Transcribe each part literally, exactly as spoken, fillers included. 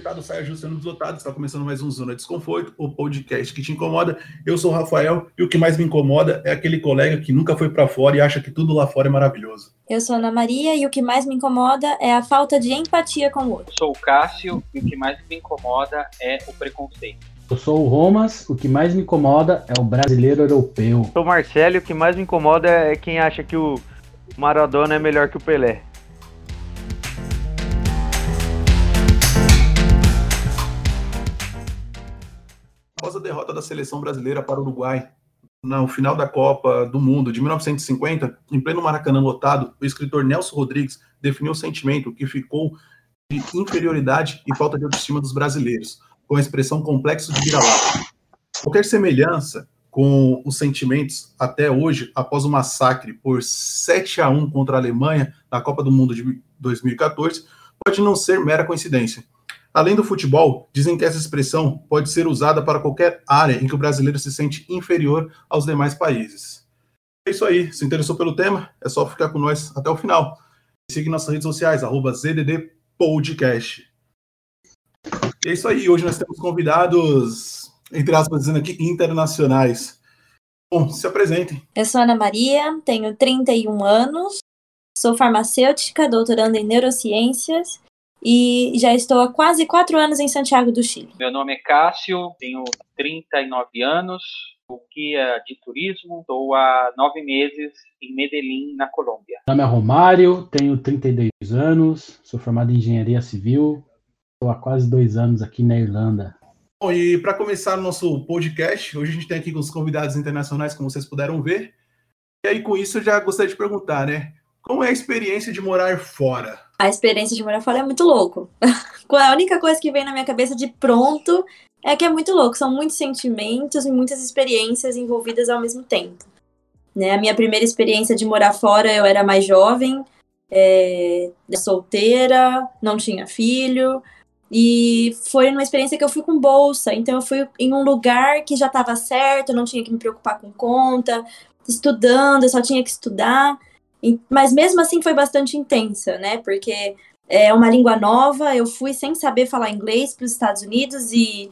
apertado, saia justo sendo deslotado. Está começando mais um Zona de Desconforto, o podcast que te incomoda. Eu sou o Rafael e o que mais me incomoda é aquele colega que nunca foi para fora e acha que tudo lá fora é maravilhoso. Eu sou a Ana Maria e o que mais me incomoda é a falta de empatia com o outro. Eu sou o Cássio e o que mais me incomoda é o preconceito. Eu sou o Romas, o que mais me incomoda é o brasileiro europeu. Eu sou o Marcelo e o que mais me incomoda é quem acha que o Maradona é melhor que o Pelé. Após a derrota da seleção brasileira para o Uruguai no final da Copa do Mundo de mil novecentos e cinquenta, em pleno Maracanã lotado, o escritor Nelson Rodrigues definiu o sentimento que ficou de inferioridade e falta de autoestima dos brasileiros, com a expressão complexo de vira-lata. Qualquer semelhança com os sentimentos até hoje, após o massacre por sete a um contra a Alemanha na Copa do Mundo de dois mil e quatorze, pode não ser mera coincidência. Além do futebol, dizem que essa expressão pode ser usada para qualquer área em que o brasileiro se sente inferior aos demais países. É isso aí. Se interessou pelo tema, é só ficar com nós até o final. Siga nossas redes sociais, arroba Z D D Podcast. É isso aí. Hoje nós temos convidados, entre aspas, dizendo aqui, internacionais. Bom, se apresentem. Eu sou a Ana Maria, tenho trinta e um anos, sou farmacêutica, doutoranda em neurociências, e já estou há quase quatro anos em Santiago do Chile. Meu nome é Cássio, tenho trinta e nove anos, sou guia de turismo, estou há nove meses em Medellín, na Colômbia. Meu nome é Romário, tenho trinta e dois anos, sou formado em engenharia civil, estou há quase dois anos aqui na Irlanda. Bom, e para começar o nosso podcast, hoje a gente tem aqui os convidados internacionais, como vocês puderam ver. E aí, com isso, eu já gostaria de perguntar, né? Como é a experiência de morar fora? A experiência de morar fora é muito louco. A única coisa que vem na minha cabeça de pronto é que é muito louco. São muitos sentimentos e muitas experiências envolvidas ao mesmo tempo. Né? A minha primeira experiência de morar fora, eu era mais jovem, é, solteira, não tinha filho. E foi uma experiência que eu fui com bolsa. Então eu fui em um lugar que já estava certo, eu não tinha que me preocupar com conta, estudando, eu só tinha que estudar. Mas mesmo assim foi bastante intensa, né? Porque é uma língua nova, eu fui sem saber falar inglês para os Estados Unidos e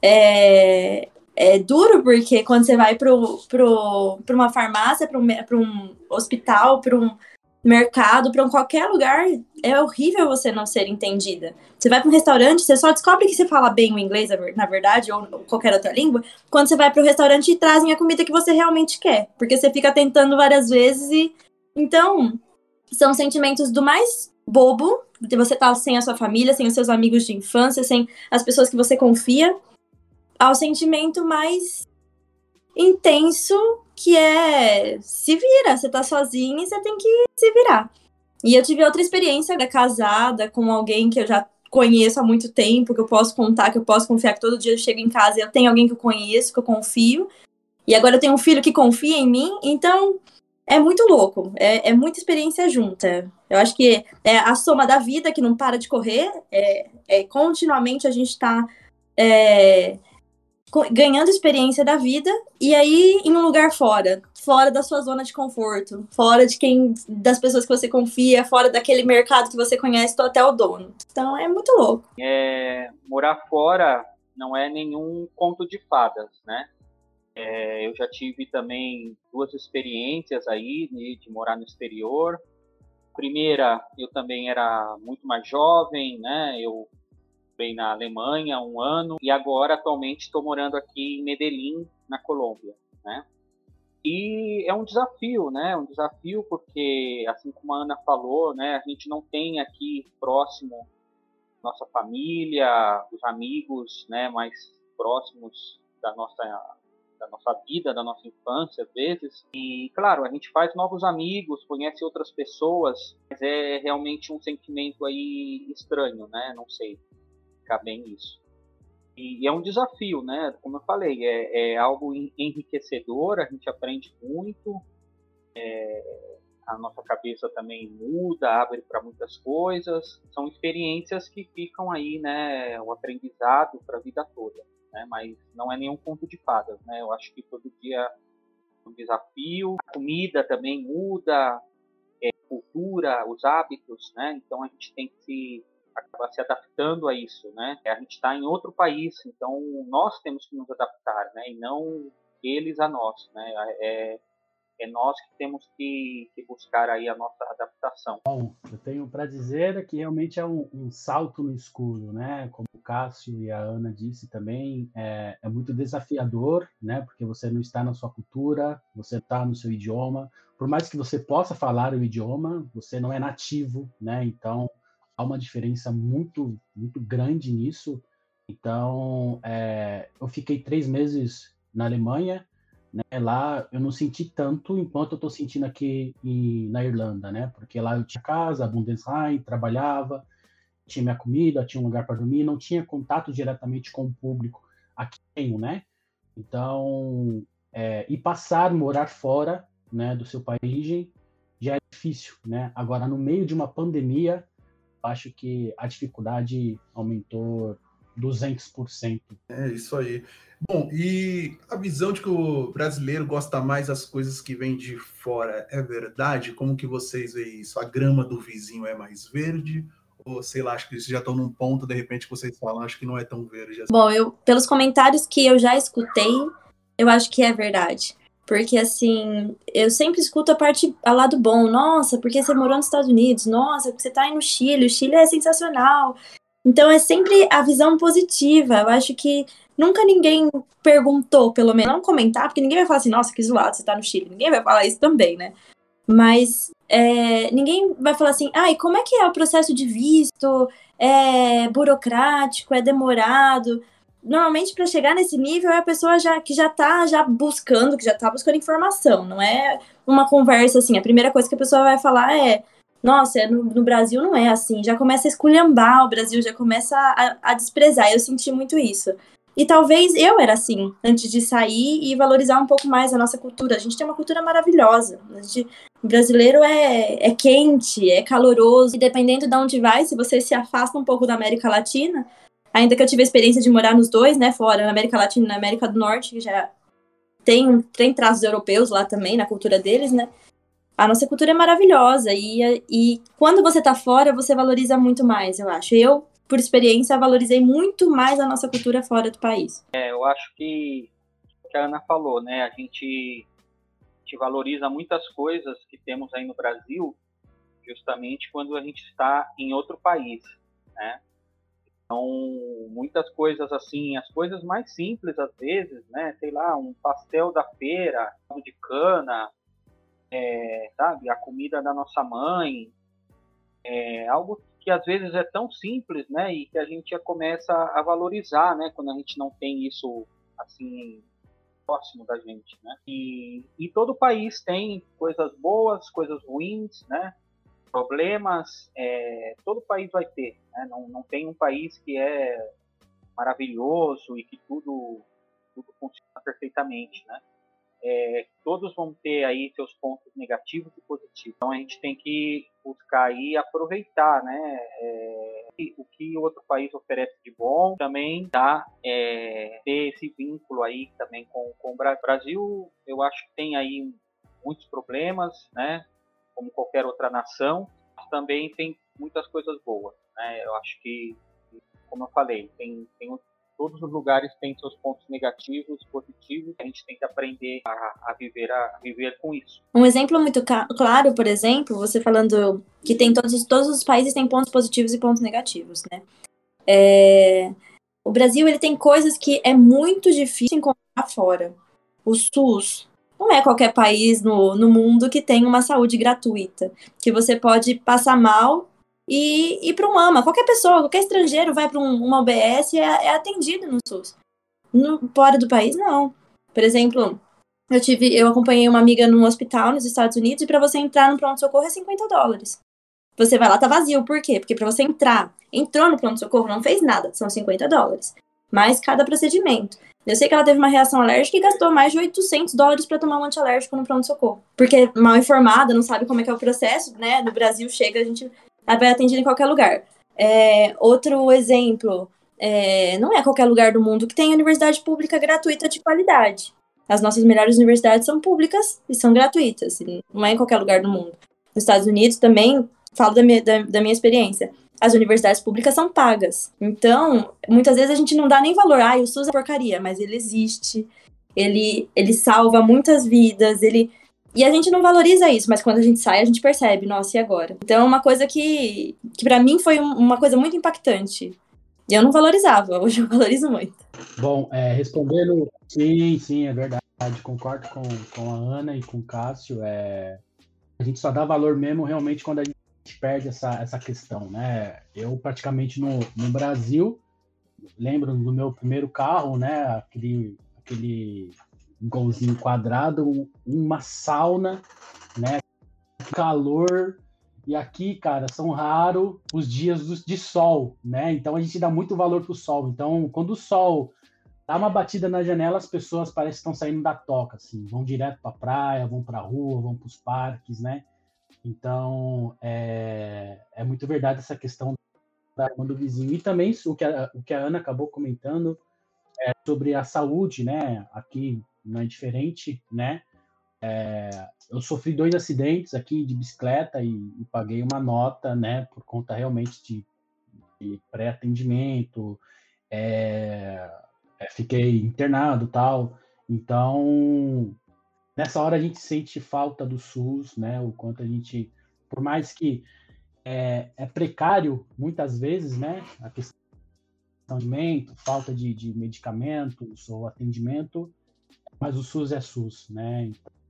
é, é duro porque quando você vai para uma farmácia, para um, um hospital, para um mercado, para um qualquer lugar, é horrível você não ser entendida. Você vai para um restaurante, você só descobre que você fala bem o inglês, na verdade, ou qualquer outra língua, quando você vai para o restaurante e trazem a comida que você realmente quer. Porque você fica tentando várias vezes e então, são sentimentos do mais bobo, de você estar sem a sua família, sem os seus amigos de infância, sem as pessoas que você confia, ao sentimento mais intenso, que é se vira, você tá sozinha e você tem que se virar. E eu tive outra experiência, casada com alguém que eu já conheço há muito tempo, que eu posso contar, que eu posso confiar, que todo dia eu chego em casa e eu tenho alguém que eu conheço, que eu confio, e agora eu tenho um filho que confia em mim, então é muito louco, é, é muita experiência junta. Eu acho que é a soma da vida que não para de correr, é, é continuamente a gente está é, ganhando experiência da vida, e aí em um lugar fora, fora da sua zona de conforto, fora de quem, das pessoas que você confia, fora daquele mercado que você conhece, até o dono. Então é muito louco. É, morar fora não é nenhum conto de fadas, né? É, eu já tive também duas experiências aí de, de morar no exterior. Primeira, eu também era muito mais jovem, né? Eu fui na Alemanha há um ano e agora atualmente estou morando aqui em Medellín, na Colômbia, né? E é um desafio, né? Um desafio porque, assim como a Ana falou, né? A gente não tem aqui próximo nossa família, os amigos, né? Mais próximos da nossa da nossa vida, da nossa infância, às vezes. E, claro, a gente faz novos amigos, conhece outras pessoas, mas é realmente um sentimento aí estranho, né? Não sei ficar bem isso. E, e é um desafio, né? Como eu falei, é, é algo enriquecedor, a gente aprende muito, é, a nossa cabeça também muda, abre para muitas coisas. São experiências que ficam aí, né? O aprendizado para a vida toda. Né, mas não é nenhum conto de fadas, né? Eu acho que todo dia é um desafio. A comida também muda, é, cultura, os hábitos, né? Então a gente tem que se acaba se adaptando a isso, né? A gente está em outro país, então nós temos que nos adaptar, né? E não eles a nós, né? É, é nós que temos que, que buscar aí a nossa adaptação. Bom, eu tenho para dizer que realmente é um, um salto no escuro, né? Como o Cássio e a Ana disse também, é, é muito desafiador, né? Porque você não está na sua cultura, você está no seu idioma. Por mais que você possa falar o idioma, você não é nativo, né? Então há uma diferença muito, muito grande nisso. Então, é, eu fiquei três meses na Alemanha. Né, lá eu não senti tanto enquanto eu estou sentindo aqui em, na Irlanda, né? Porque lá eu tinha casa, Bundesheim, trabalhava, tinha minha comida, tinha um lugar para dormir, não tinha contato diretamente com o público. Aqui tenho, né? Então, é, e passar, morar fora, né, do seu país já é difícil, né? Agora, no meio de uma pandemia, acho que a dificuldade aumentou duzentos por cento. É isso aí. Bom, e a visão de que o brasileiro gosta mais das coisas que vêm de fora é verdade? Como que vocês veem isso? A grama do vizinho é mais verde? Ou, sei lá, acho que vocês já estão num ponto, de repente, que vocês falam, acho que não é tão verde assim. Bom, eu, pelos comentários que eu já escutei, eu acho que é verdade. Porque, assim, eu sempre escuto a parte, a lado bom. Nossa, porque você morou nos Estados Unidos. Nossa, porque você tá aí no Chile. O Chile é sensacional. Então, é sempre a visão positiva. Eu acho que nunca ninguém perguntou, pelo menos, não comentar, porque ninguém vai falar assim, nossa, que zoado, você tá no Chile. Ninguém vai falar isso também, né? Mas é, ninguém vai falar assim, ah, e como é que é o processo de visto? É burocrático, é demorado? Normalmente, para chegar nesse nível, é a pessoa já, que já tá já buscando, que já tá buscando informação. Não é uma conversa assim. A primeira coisa que a pessoa vai falar é, nossa, no, no Brasil não é assim. Já começa a esculhambar o Brasil, já começa a, a desprezar. Eu senti muito isso. E talvez eu era assim, antes de sair e valorizar um pouco mais a nossa cultura. A gente tem uma cultura maravilhosa. A gente, o brasileiro é, é quente, é caloroso. E dependendo de onde vai, se você se afasta um pouco da América Latina, ainda que eu tive a experiência de morar nos dois, né, fora, na América Latina e na América do Norte, que já tem, tem traços europeus lá também, na cultura deles, né? A nossa cultura é maravilhosa. E, e quando você tá fora, você valoriza muito mais, eu acho. Eu, por experiência, valorizei muito mais a nossa cultura fora do país. É, eu acho que o que a Ana falou, né? A gente, a gente valoriza muitas coisas que temos aí no Brasil, justamente quando a gente está em outro país, né? Então, muitas coisas assim, as coisas mais simples às vezes, né? Sei lá, um pastel da feira, de cana, é, sabe? A comida da nossa mãe, é algo que às vezes é tão simples, né, e que a gente já começa a valorizar, né, quando a gente não tem isso, assim, próximo da gente, né, e, e todo país tem coisas boas, coisas ruins, né, problemas, é, todo país vai ter, né, não, não tem um país que é maravilhoso e que tudo, tudo funciona perfeitamente, né. É, todos vão ter aí seus pontos negativos e positivos. Então a gente tem que buscar aí aproveitar, né, é, o que o outro país oferece de bom, também dá é, ter esse vínculo aí também com, com o Brasil. Eu acho que tem aí muitos problemas, né, como qualquer outra nação, mas também tem muitas coisas boas, né. Eu acho que, como eu falei, tem, tem todos os lugares têm seus pontos negativos, positivos. A gente tem que aprender a, a, viver, a viver com isso. Um exemplo muito claro, por exemplo, você falando que tem todos, todos os países têm pontos positivos e pontos negativos, né? É, o Brasil, ele tem coisas que é muito difícil encontrar fora. O SUS. Não é qualquer país no, no mundo que tem uma saúde gratuita. Que você pode passar mal e ir para um AMA. Qualquer pessoa, qualquer estrangeiro vai para um, uma O B S e é, é atendido no SUS. No, fora do país, não. Por exemplo, eu, tive, eu acompanhei uma amiga num hospital nos Estados Unidos e para você entrar no pronto-socorro é cinquenta dólares. Você vai lá, tá vazio. Por quê? Porque para você entrar, entrou no pronto-socorro, não fez nada. São cinquenta dólares. Mais cada procedimento. Eu sei que ela teve uma reação alérgica e gastou mais de oitocentos dólares para tomar um antialérgico no pronto-socorro. Porque mal informada, não sabe como é que é o processo, né? No Brasil chega, a gente vai atendido em qualquer lugar. É, outro exemplo, é, não é qualquer lugar do mundo que tem universidade pública gratuita de qualidade. As nossas melhores universidades são públicas e são gratuitas. Não é em qualquer lugar do mundo. Nos Estados Unidos também, falo da minha, da, da minha experiência, as universidades públicas são pagas. Então, muitas vezes a gente não dá nem valor. Ah, o SUS é porcaria, mas ele existe, ele, ele salva muitas vidas, ele... E a gente não valoriza isso, mas quando a gente sai, a gente percebe, nossa, e agora? Então, é uma coisa que, que para mim foi um, uma coisa muito impactante. E eu não valorizava, hoje eu valorizo muito. Bom, é, respondendo, sim, sim, é verdade, concordo com, com a Ana e com o Cássio, é, a gente só dá valor mesmo realmente quando a gente perde essa, essa questão, né? Eu praticamente no, no Brasil, lembro do meu primeiro carro, né, aquele, aquele golzinho quadrado, uma sauna, né, calor, e aqui, cara, são raros os dias de sol, né? Então a gente dá muito valor pro sol. Então, quando o sol dá uma batida na janela, as pessoas parecem que estão saindo da toca, assim, vão direto pra praia, vão pra rua, vão pros parques, né? Então, é, é muito verdade essa questão da do vizinho. E também o que a, o que a Ana acabou comentando é sobre a saúde, né? Aqui não é diferente, né? É, eu sofri dois acidentes aqui de bicicleta e, e paguei uma nota, né? Por conta realmente de, de pré-atendimento, é, é, fiquei internado, tal. Então, nessa hora a gente sente falta do SUS, né? O quanto a gente, por mais que é, é precário muitas vezes, né? A questão de atendimento, falta de, de medicamentos ou atendimento, mas o SUS é SUS, né?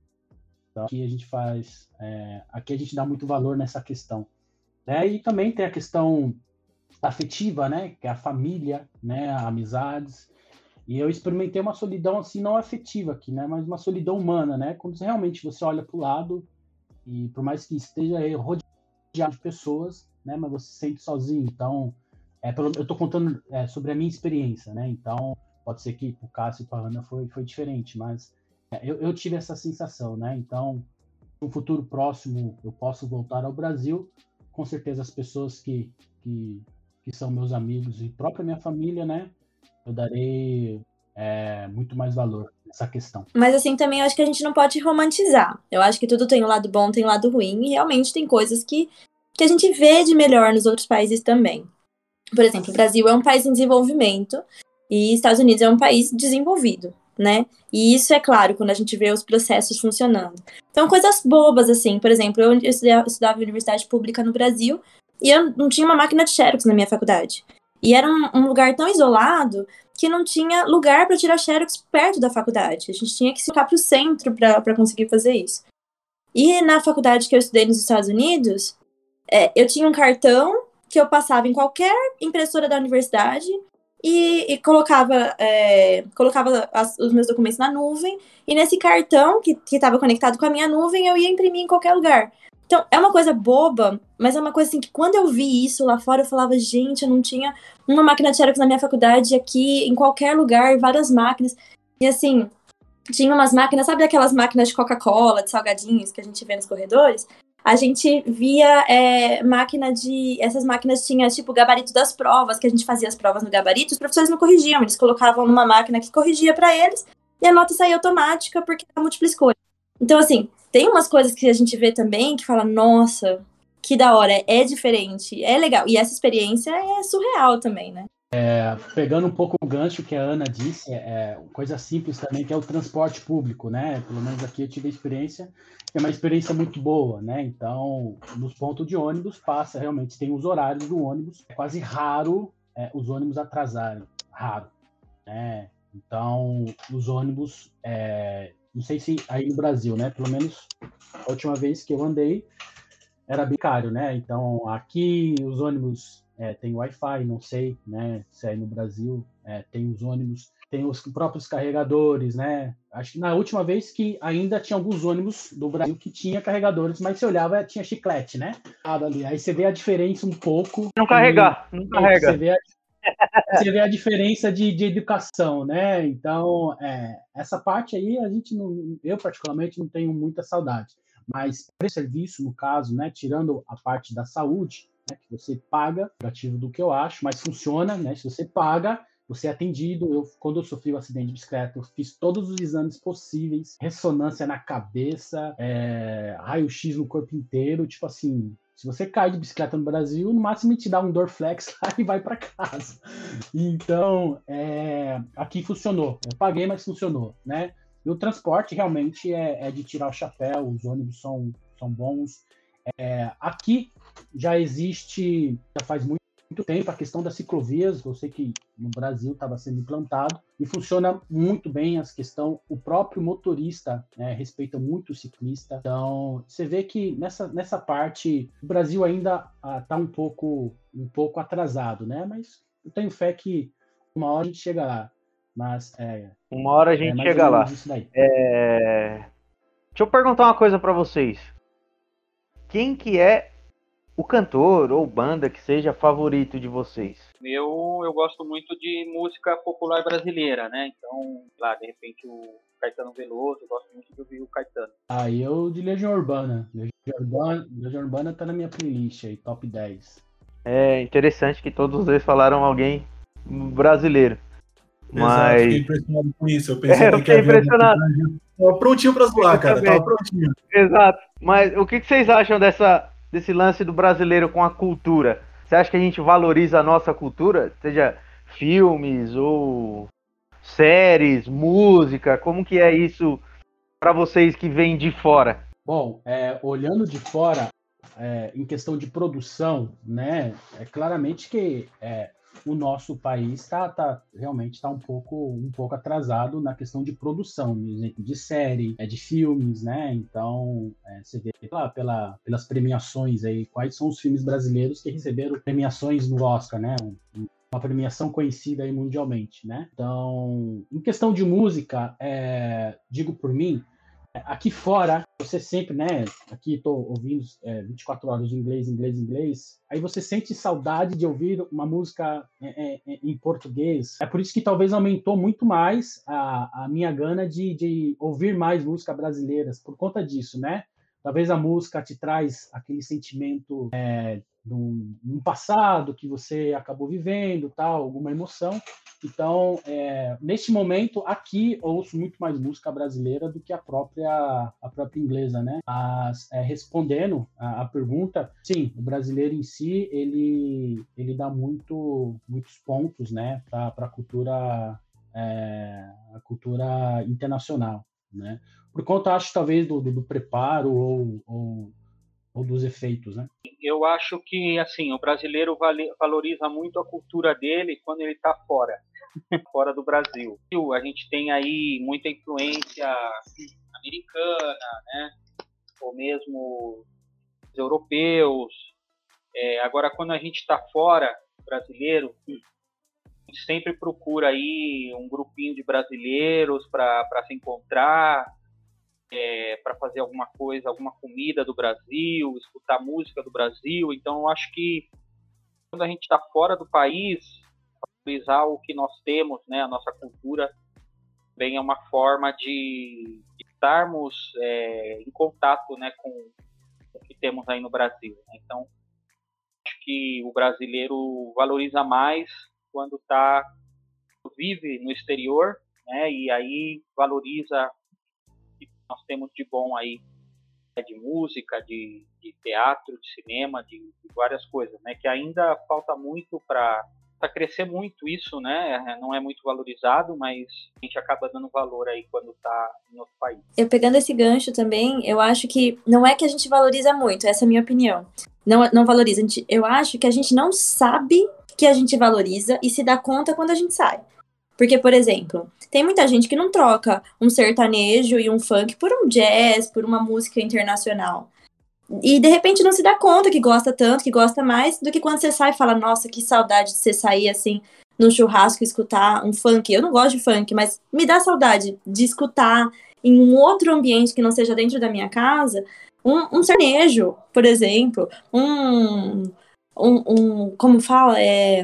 Então, aqui a gente faz, é, aqui a gente dá muito valor nessa questão, né? E também tem a questão afetiva, né? Que é a família, né? Amizades. E eu experimentei uma solidão assim não afetiva aqui, né? Mas uma solidão humana, né? Quando realmente você olha para o lado e por mais que esteja rodeado de pessoas, né? Mas você se sente sozinho. Então, é, eu estou contando é, sobre a minha experiência, né? Então, pode ser que para o Cássio e para a Ana foi, foi diferente, mas é, eu, eu tive essa sensação, né? Então, no futuro próximo eu posso voltar ao Brasil, com certeza as pessoas que, que, que são meus amigos e própria minha família, né? Eu darei é, muito mais valor nessa questão. Mas assim, também eu acho que a gente não pode romantizar. Eu acho que tudo tem um lado bom, tem um lado ruim, e realmente tem coisas que, que a gente vê de melhor nos outros países também. Por exemplo, o Brasil é um país em desenvolvimento e Estados Unidos é um país desenvolvido, né? E isso é claro quando a gente vê os processos funcionando. Então, coisas bobas, assim, por exemplo, eu estudava em universidade pública no Brasil e eu não tinha uma máquina de xerox na minha faculdade. E era um, um lugar tão isolado que não tinha lugar para tirar xerox perto da faculdade. A gente tinha que se ficar para o centro para conseguir fazer isso. E na faculdade que eu estudei nos Estados Unidos, é, eu tinha um cartão que eu passava em qualquer impressora da universidade e, e colocava, é, colocava as, os meus documentos na nuvem, e nesse cartão que estava conectado com a minha nuvem, eu ia imprimir em qualquer lugar. Então, é uma coisa boba, mas é uma coisa assim que quando eu vi isso lá fora, eu falava, gente, eu não tinha uma máquina de xerox na minha faculdade, aqui, em qualquer lugar, várias máquinas. E assim, tinha umas máquinas, sabe aquelas máquinas de Coca-Cola, de salgadinhos que a gente vê nos corredores? A gente via é, máquina de... Essas máquinas tinham, tipo, o gabarito das provas, que a gente fazia as provas no gabarito, os professores não corrigiam, eles colocavam numa máquina que corrigia para eles, e a nota saía automática porque era múltipla escolha. Então, assim, tem umas coisas que a gente vê também que fala, nossa, que da hora, é diferente, é legal. E essa experiência é surreal também, né? É, pegando um pouco o gancho que a Ana disse, é, coisa simples também, que é o transporte público, né? Pelo menos aqui eu tive a experiência, é uma experiência muito boa, né? Então, nos pontos de ônibus passa, realmente, tem os horários do ônibus, é quase raro é, os ônibus atrasarem, raro, né? Então, os ônibus, é, não sei se aí no Brasil, né? Pelo menos a última vez que eu andei, era bem caro, né? Então, aqui os ônibus é, tem Wi-Fi, não sei, né? Se aí no Brasil é, tem os ônibus, tem os próprios carregadores, né? Acho que na última vez que ainda tinha alguns ônibus do Brasil que tinha carregadores, mas você olhava, tinha chiclete, né? Aí você vê a diferença um pouco. Não carregar, não carrega. Você vê a, você vê a diferença de, de educação, né? Então, é, essa parte aí a gente não, eu particularmente não tenho muita saudade. Mas para esse serviço, no caso, né, tirando a parte da saúde, né, que você paga, negativo do que eu acho, mas funciona, né? Se você paga, você é atendido. Eu, quando eu sofri o um acidente de bicicleta, eu fiz todos os exames possíveis, ressonância na cabeça, é, raio-x no corpo inteiro, tipo assim, Se você cai de bicicleta no Brasil, no máximo te dá um Dorflex lá e vai para casa. Então, é, aqui funcionou. Eu paguei, mas funcionou, né? E o transporte realmente é, é de tirar o chapéu, os ônibus são, são bons. É, aqui já existe, já faz muito, muito tempo, a questão das ciclovias. Eu sei que no Brasil estava sendo implantado e funciona muito bem essa questão. O próprio motorista, né, respeita muito o ciclista. Então, você vê que nessa, nessa parte o Brasil ainda está um pouco, um pouco atrasado, né? Mas eu tenho fé que uma hora a gente chega lá. Mas é, Uma hora a gente é chega lá. Isso daí. É... Deixa eu perguntar uma coisa para vocês. Quem que é o cantor ou banda que seja favorito de vocês? Eu, eu gosto muito de música popular brasileira, né? Então, lá, de repente, o Caetano Veloso, eu gosto muito de ouvir o Caetano. Ah, eu de Legião Urbana. Legião Urbana, Legião Urbana tá na minha playlist aí, top dez. É interessante que todos eles falaram alguém brasileiro. Exato, Mas... fiquei impressionado com isso. Eu pensei É, eu que fiquei havia impressionado. Tava prontinho pra zoar, Eu cara. também. Tava prontinho. Exato. Mas o que que vocês acham dessa, desse lance do brasileiro com a cultura? Você acha que a gente valoriza a nossa cultura? Seja filmes ou séries, música, como que é isso para vocês que vêm de fora? Bom, é, olhando de fora, é, em questão de produção, né, é claramente que é, o nosso país tá, tá realmente está um pouco, um pouco atrasado na questão de produção, de série, é, de filmes, né? Então, é, você vê lá pela, pelas premiações aí, quais são os filmes brasileiros que receberam premiações no Oscar, né? Um, uma premiação conhecida aí mundialmente, né? Então, em questão de música, é, digo por mim, aqui fora, você sempre, né? Aqui estou ouvindo é, vinte e quatro horas de inglês, inglês, inglês. Aí você sente saudade de ouvir uma música é, é, em português. É por isso que talvez aumentou muito mais a, a minha gana de, de ouvir mais música brasileiras, por conta disso, né? Talvez a música te traz aquele sentimento é, de um, um passado que você acabou vivendo, tal, alguma emoção. Então, é, neste momento, aqui eu ouço muito mais música brasileira do que a própria, a própria inglesa, né? Mas, é, respondendo a, a pergunta, sim, o brasileiro em si, ele, ele dá muito, muitos pontos, né, para a cultura, é, a cultura internacional, né? Por conta, acho, talvez, do, do, do preparo ou, ou, ou dos efeitos, né? Eu acho que, assim, o brasileiro vale, valoriza muito a cultura dele quando ele está fora. Fora do Brasil. A gente tem aí muita influência americana, né? Ou mesmo os europeus. É, agora, quando a gente está fora, brasileiro, a gente sempre procura aí um grupinho de brasileiros para se encontrar, é, para fazer alguma coisa, alguma comida do Brasil, escutar música do Brasil. Então, eu acho que quando a gente está fora do país, valorizar o que nós temos, né, a nossa cultura, bem é uma forma de, de estarmos é, em contato, né, com o que temos aí no Brasil, né? Então, acho que o brasileiro valoriza mais quando tá, vive no exterior, né, e aí valoriza o que nós temos de bom aí, né, de música, de, de teatro, de cinema, de, de várias coisas, né, que ainda falta muito para para crescer muito isso, né? Não é muito valorizado, mas a gente acaba dando valor aí quando está em outro país. Eu pegando esse gancho também, eu acho que não é que a gente valoriza muito, essa é a minha opinião. Não, não valoriza. A gente, eu acho que a gente não sabe que a gente valoriza e se dá conta quando a gente sai. Porque, por exemplo, tem muita gente que não troca um sertanejo e um funk por um jazz, por uma música internacional. E, de repente, não se dá conta que gosta tanto, que gosta mais, do que quando você sai e fala, nossa, que saudade de você sair, assim, num churrasco e escutar um funk. Eu não gosto de funk, mas me dá saudade de escutar em um outro ambiente que não seja dentro da minha casa, um, um sertanejo, por exemplo, um, um, um como fala, é...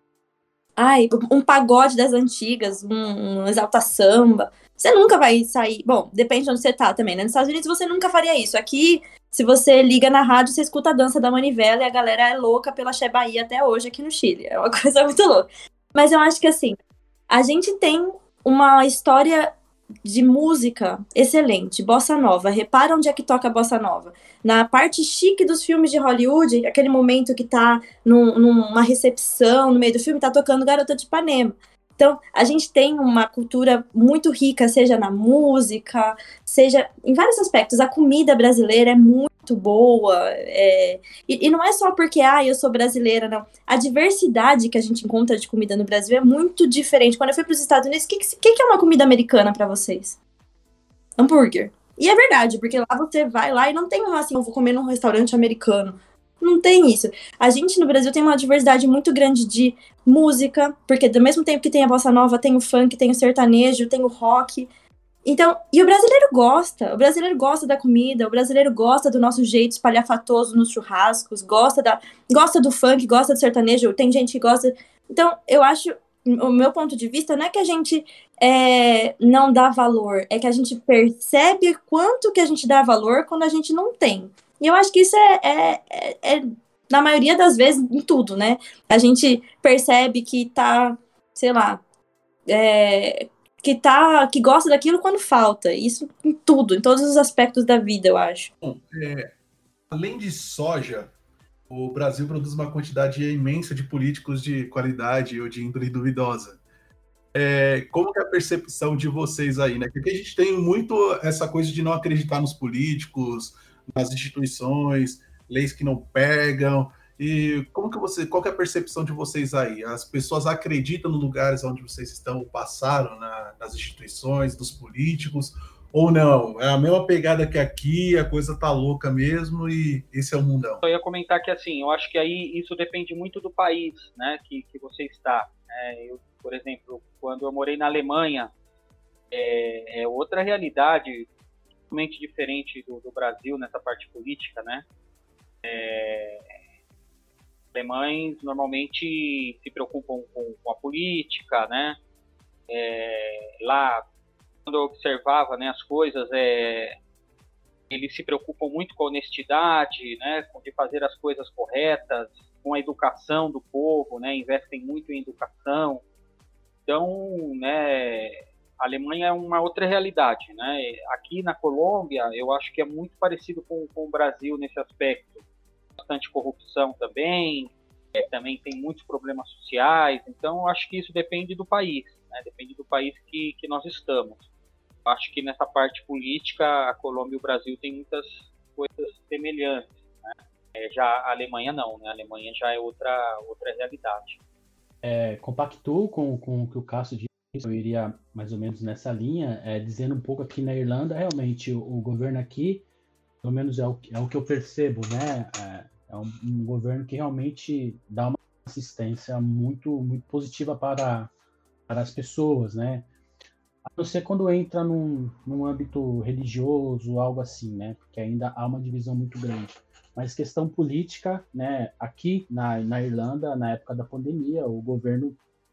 Ai, um pagode das antigas, um, um exalta samba. Você nunca vai sair... Bom, depende de onde você tá também, né? Nos Estados Unidos você nunca faria isso. Aqui... Se você liga na rádio, você escuta a dança da manivela e a galera é louca pela Xé Bahia até hoje aqui no Chile. É uma coisa muito louca. Mas eu acho que, assim, a gente tem uma história de música, excelente. Bossa Nova, repara onde é que toca a Bossa Nova. Na parte chique dos filmes de Hollywood, aquele momento que tá num, numa recepção no meio do filme, tá tocando Garota de Ipanema. Então, a gente tem uma cultura muito rica, seja na música, seja em vários aspectos. A comida brasileira é muito boa. É... E, e não é só porque, ah, eu sou brasileira, não. A diversidade que a gente encontra de comida no Brasil é muito diferente. Quando eu fui para os Estados Unidos, o que, que, que é uma comida americana para vocês? Hambúrguer. E é verdade, porque lá você vai lá e não tem um assim, eu vou comer num restaurante americano. Não tem isso. A gente no Brasil tem uma diversidade muito grande de música, porque do mesmo tempo que tem a bossa nova, tem o funk, tem o sertanejo, tem o rock. Então, e o brasileiro gosta. O brasileiro gosta da comida, o brasileiro gosta do nosso jeito espalhafatoso nos churrascos, gosta, da, gosta do funk, gosta do sertanejo, tem gente que gosta. Então, eu acho, o meu ponto de vista não é que a gente é, não dá valor, é que a gente percebe quanto que a gente dá valor quando a gente não tem. E eu acho que isso é, é, é, é, na maioria das vezes, em tudo, né? A gente percebe que tá, sei lá, é, que, tá, que gosta daquilo quando falta. Isso em tudo, em todos os aspectos da vida, eu acho. Bom, é, além de soja, o Brasil produz uma quantidade imensa de políticos de qualidade ou de índole duvidosa. É, como que é a percepção de vocês aí, né? Porque a gente tem muito essa coisa de não acreditar nos políticos, nas instituições, leis que não pegam. E como que você, qual que é a percepção de vocês aí? As pessoas acreditam nos lugares onde vocês estão, passaram na, nas instituições, dos políticos, ou não? É a mesma pegada que aqui, a coisa tá louca mesmo e esse é o mundão. Eu ia comentar que assim, eu acho que aí isso depende muito do país, né, que, que você está. É, eu, por exemplo, quando eu morei na Alemanha, é, é outra realidade, totalmente diferente do, do Brasil nessa parte política, né? É, alemães normalmente se preocupam com, com a política, né? É, lá, quando eu observava, né, as coisas, é, eles se preocupam muito com a honestidade, né? Com de fazer as coisas corretas, com a educação do povo, né? Investem muito em educação. Então, né? A Alemanha é uma outra realidade, né? Aqui na Colômbia, eu acho que é muito parecido com, com o Brasil nesse aspecto. Bastante corrupção também, é, também tem muitos problemas sociais. Então, eu acho que isso depende do país, né? Depende do país que, que nós estamos. Eu acho que nessa parte política, a Colômbia e o Brasil têm muitas coisas semelhantes, né? É, já a Alemanha não, né? A Alemanha já é outra, outra realidade. É, compactuo com, com o que o Cássio disse. Eu iria mais ou menos nessa linha, é, dizendo um pouco aqui na Irlanda, realmente o, o governo aqui, pelo menos é o, é o que eu percebo, né? É, é um, um governo que realmente dá uma assistência muito, muito positiva para, para as pessoas, né? A não ser quando entra num, num âmbito religioso, algo assim, né? Porque ainda há uma divisão muito grande. Mas questão política, né? Aqui na, na Irlanda, na época da pandemia, o governo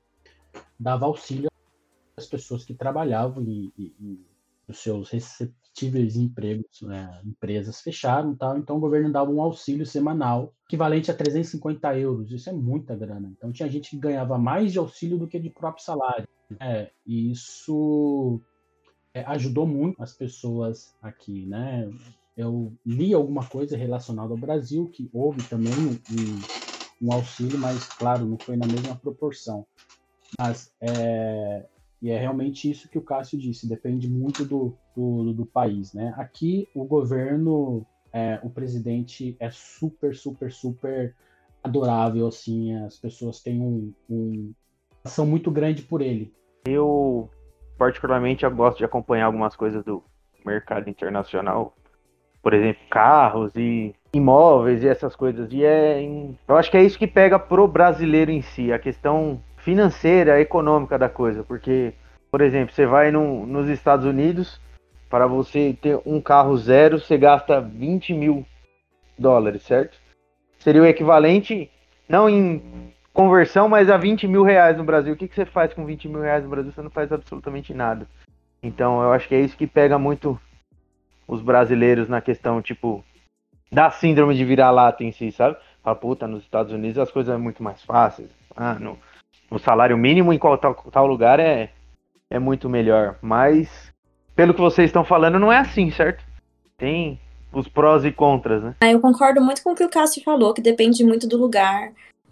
dava auxílio as pessoas que trabalhavam e, e, e os seus respectivos empregos, né, empresas fecharam e tal, então o governo dava um auxílio semanal equivalente a trezentos e cinquenta euros, isso é muita grana, então tinha gente que ganhava mais de auxílio do que de próprio salário, é, e isso é, ajudou muito as pessoas aqui, né, eu li alguma coisa relacionada ao Brasil, que houve também um, um auxílio, mas claro, não foi na mesma proporção, mas é, e é realmente isso que o Cássio disse, depende muito do, do, do país, né? Aqui o governo, é, o presidente é super, super, super adorável, assim, as pessoas têm um, um ação muito grande por ele. Eu, particularmente, eu gosto de acompanhar algumas coisas do mercado internacional, por exemplo, carros e imóveis e essas coisas, e é, eu acho que é isso que pega pro brasileiro em si, a questão financeira, econômica da coisa, porque, por exemplo, você vai no, nos Estados Unidos, para você ter um carro zero, você gasta vinte mil dólares, certo? Seria o equivalente, não em conversão, mas a vinte mil reais no Brasil. O que, que você faz com vinte mil reais no Brasil? Você não faz absolutamente nada. Então, eu acho que é isso que pega muito os brasileiros na questão, tipo, da síndrome de vira-lata em si, sabe? Fala, puta, nos Estados Unidos as coisas são muito mais fáceis. Ah, no... O salário mínimo em qual tal, tal lugar é, é muito melhor. Mas pelo que vocês estão falando, não é assim, certo? Tem os prós e contras, né? Ah, eu concordo muito com o que o Cássio falou, que depende muito do lugar,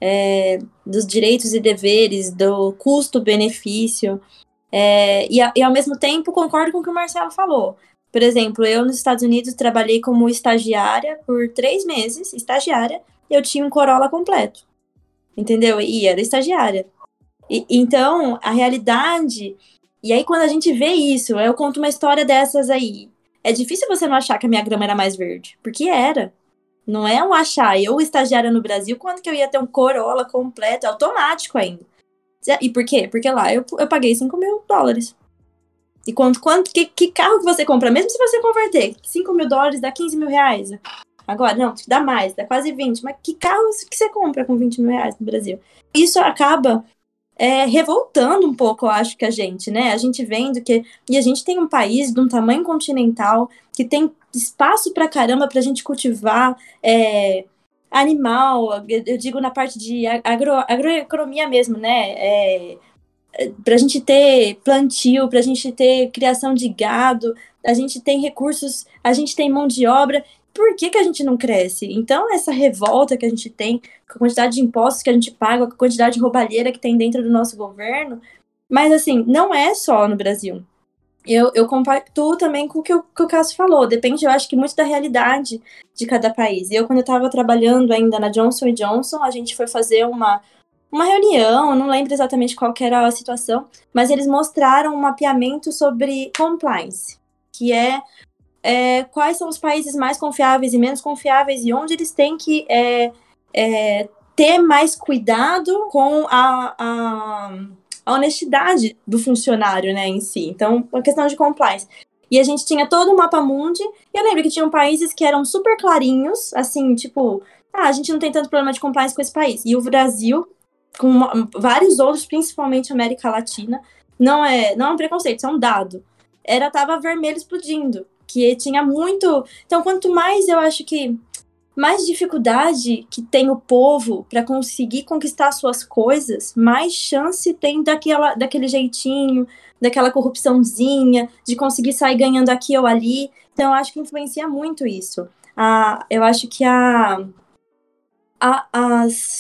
é, dos direitos e deveres, do custo-benefício. É, e, e, ao mesmo tempo, concordo com o que o Marcelo falou. Por exemplo, eu nos Estados Unidos trabalhei como estagiária por três meses, estagiária, e eu tinha um Corolla completo, entendeu? E era estagiária. E, então, a realidade... E aí, quando a gente vê isso, eu conto uma história dessas aí. É difícil você não achar que a minha grama era mais verde, porque era. Não é um achar. Eu, estagiária no Brasil, quando que eu ia ter um Corolla completo, automático ainda? E por quê? Porque lá eu, eu paguei cinco mil dólares. E quanto, quanto que, que carro que você compra? Mesmo se você converter, cinco mil dólares dá quinze mil reais. Agora, não, dá mais, dá quase vinte. Mas que carro que você compra com vinte mil reais no Brasil? Isso acaba é, revoltando um pouco, eu acho, que a gente, né? A gente vendo que... E a gente tem um país de um tamanho continental que tem espaço pra caramba pra gente cultivar... É, animal, eu digo na parte de agro, agroeconomia mesmo, né? É, para a gente ter plantio, para a gente ter criação de gado, a gente tem recursos, a gente tem mão de obra. Por que que a gente não cresce? Então, essa revolta que a gente tem, com a quantidade de impostos que a gente paga, com a quantidade de roubalheira que tem dentro do nosso governo, mas assim, não é só no Brasil. Eu, eu compactuo também com o que o, que o Cássio falou. Depende, eu acho que muito da realidade de cada país. Eu, quando eu estava trabalhando ainda na Johnson and Johnson, a gente foi fazer uma, uma reunião, não lembro exatamente qual que era a situação, mas eles mostraram um mapeamento sobre compliance, que é, é quais são os países mais confiáveis e menos confiáveis e onde eles têm que é, é, ter mais cuidado com a... a a honestidade do funcionário, né, em si. Então, uma questão de compliance. E a gente tinha todo o mapa mundi, e eu lembro que tinham países que eram super clarinhos, assim, tipo, ah, a gente não tem tanto problema de compliance com esse país. E o Brasil, com uma, vários outros, principalmente a América Latina, não é, não é um preconceito, isso é um dado. Era, tava vermelho explodindo, que tinha muito... Então, quanto mais eu acho que mais dificuldade que tem o povo para conseguir conquistar suas coisas, mais chance tem daquela, daquele jeitinho, daquela corrupçãozinha, de conseguir sair ganhando aqui ou ali. Então, eu acho que influencia muito isso. Ah, eu acho que a, a as...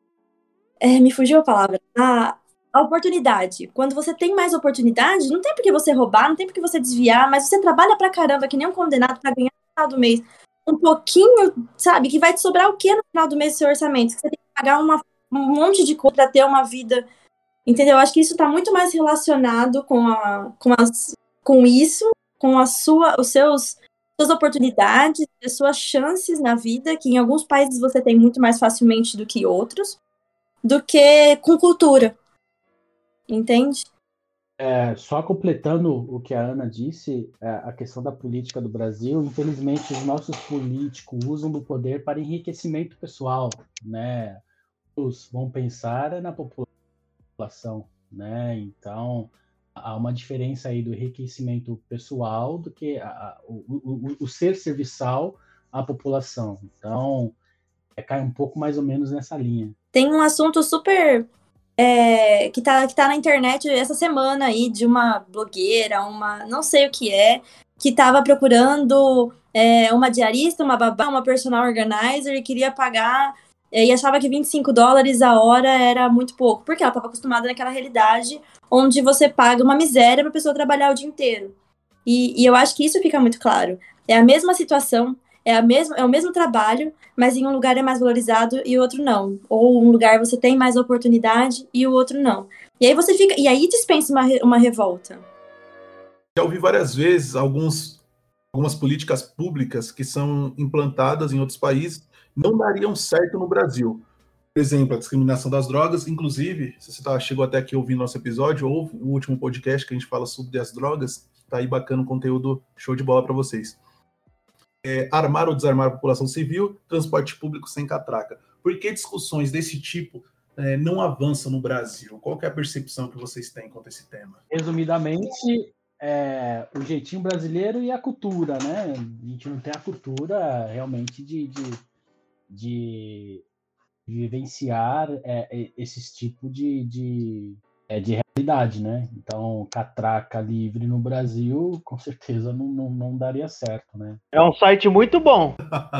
É, me fugiu a palavra. A, a oportunidade. Quando você tem mais oportunidade, não tem por que você roubar, não tem por que você desviar, mas você trabalha pra caramba, que nem um condenado, para ganhar no final do mês um pouquinho, sabe, que vai te sobrar o quê no final do mês do seu orçamento? Você tem que pagar uma, um monte de coisa para ter uma vida, entendeu? Eu acho que isso está muito mais relacionado com, a, com, as, com isso, com a sua, os seus suas oportunidades, as suas chances na vida, que em alguns países você tem muito mais facilmente do que outros, do que com cultura, entende? É, só completando o que a Ana disse, é, a questão da política do Brasil, infelizmente os nossos políticos usam do poder para enriquecimento pessoal, né? Os vão pensar na população, né? Então há uma diferença aí do enriquecimento pessoal do que a, a, o, o, o ser serviçal à população. Então é, cai um pouco mais ou menos nessa linha. Tem um assunto super É, que, tá, que tá na internet essa semana aí, de uma blogueira, uma não sei o que é, que tava procurando é, uma diarista, uma babá, uma personal organizer e queria pagar é, e achava que vinte e cinco dólares a hora era muito pouco, porque ela tava acostumada naquela realidade onde você paga uma miséria pra pessoa trabalhar o dia inteiro. E, e eu acho que isso fica muito claro. É a mesma situação, é, a mesma, é o mesmo trabalho, mas em um lugar é mais valorizado e o outro não. Ou um lugar você tem mais oportunidade e o outro não. E aí você fica. E aí dispensa uma, uma revolta. Já ouvi várias vezes alguns, algumas políticas públicas que são implantadas em outros países não dariam certo no Brasil. Por exemplo, a discriminação das drogas. Inclusive, se você tá, chegou até aqui ouvindo nosso episódio, ouve o último podcast que a gente fala sobre as drogas. Tá aí bacana o conteúdo, show de bola para vocês. É, armar ou desarmar a população civil, transporte público sem catraca. Por que discussões desse tipo é, não avançam no Brasil? Qual que é a percepção que vocês têm quanto a esse tema? Resumidamente, é, o jeitinho brasileiro e a cultura, né? A gente não tem a cultura realmente de, de, de vivenciar é, esses tipos de, de é de realidade, né? Então, catraca livre no Brasil, com certeza não, não, não daria certo, né? É um site muito bom.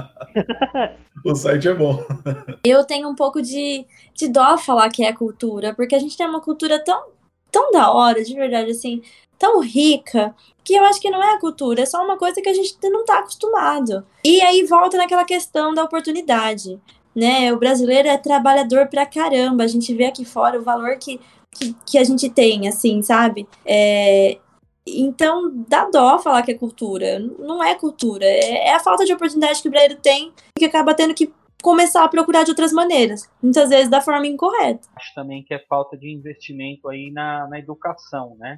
O site é bom. Eu tenho um pouco de, de dó falar que é cultura, porque a gente tem uma cultura tão, tão da hora, de verdade, assim, tão rica, que eu acho que não é a cultura, é só uma coisa que a gente não tá acostumado. E aí volta naquela questão da oportunidade, né? O brasileiro é trabalhador pra caramba, a gente vê aqui fora o valor que, que, que a gente tem, assim, sabe? É... Então, dá dó falar que é cultura. Não é cultura, é, é a falta de oportunidade que o brasileiro tem, que acaba tendo que começar a procurar de outras maneiras, muitas vezes da forma incorreta. Acho também que é falta de investimento aí na, na educação, né?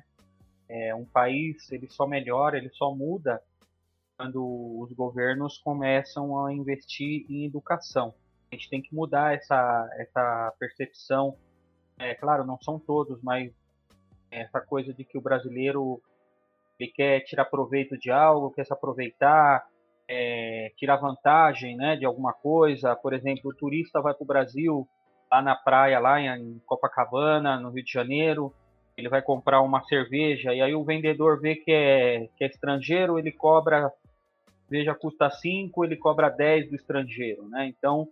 É, um país, ele só melhora, ele só muda quando os governos começam a investir em educação. A gente tem que mudar essa, essa percepção. É claro, não são todos, mas essa coisa de que o brasileiro ele quer tirar proveito de algo, quer se aproveitar, é, tirar vantagem, né, de alguma coisa. Por exemplo, o turista vai para o Brasil, lá na praia, lá em Copacabana, no Rio de Janeiro, ele vai comprar uma cerveja, e aí o vendedor vê que é, que é estrangeiro, ele cobra, cerveja custa cinco, ele cobra dez do estrangeiro, né? Então,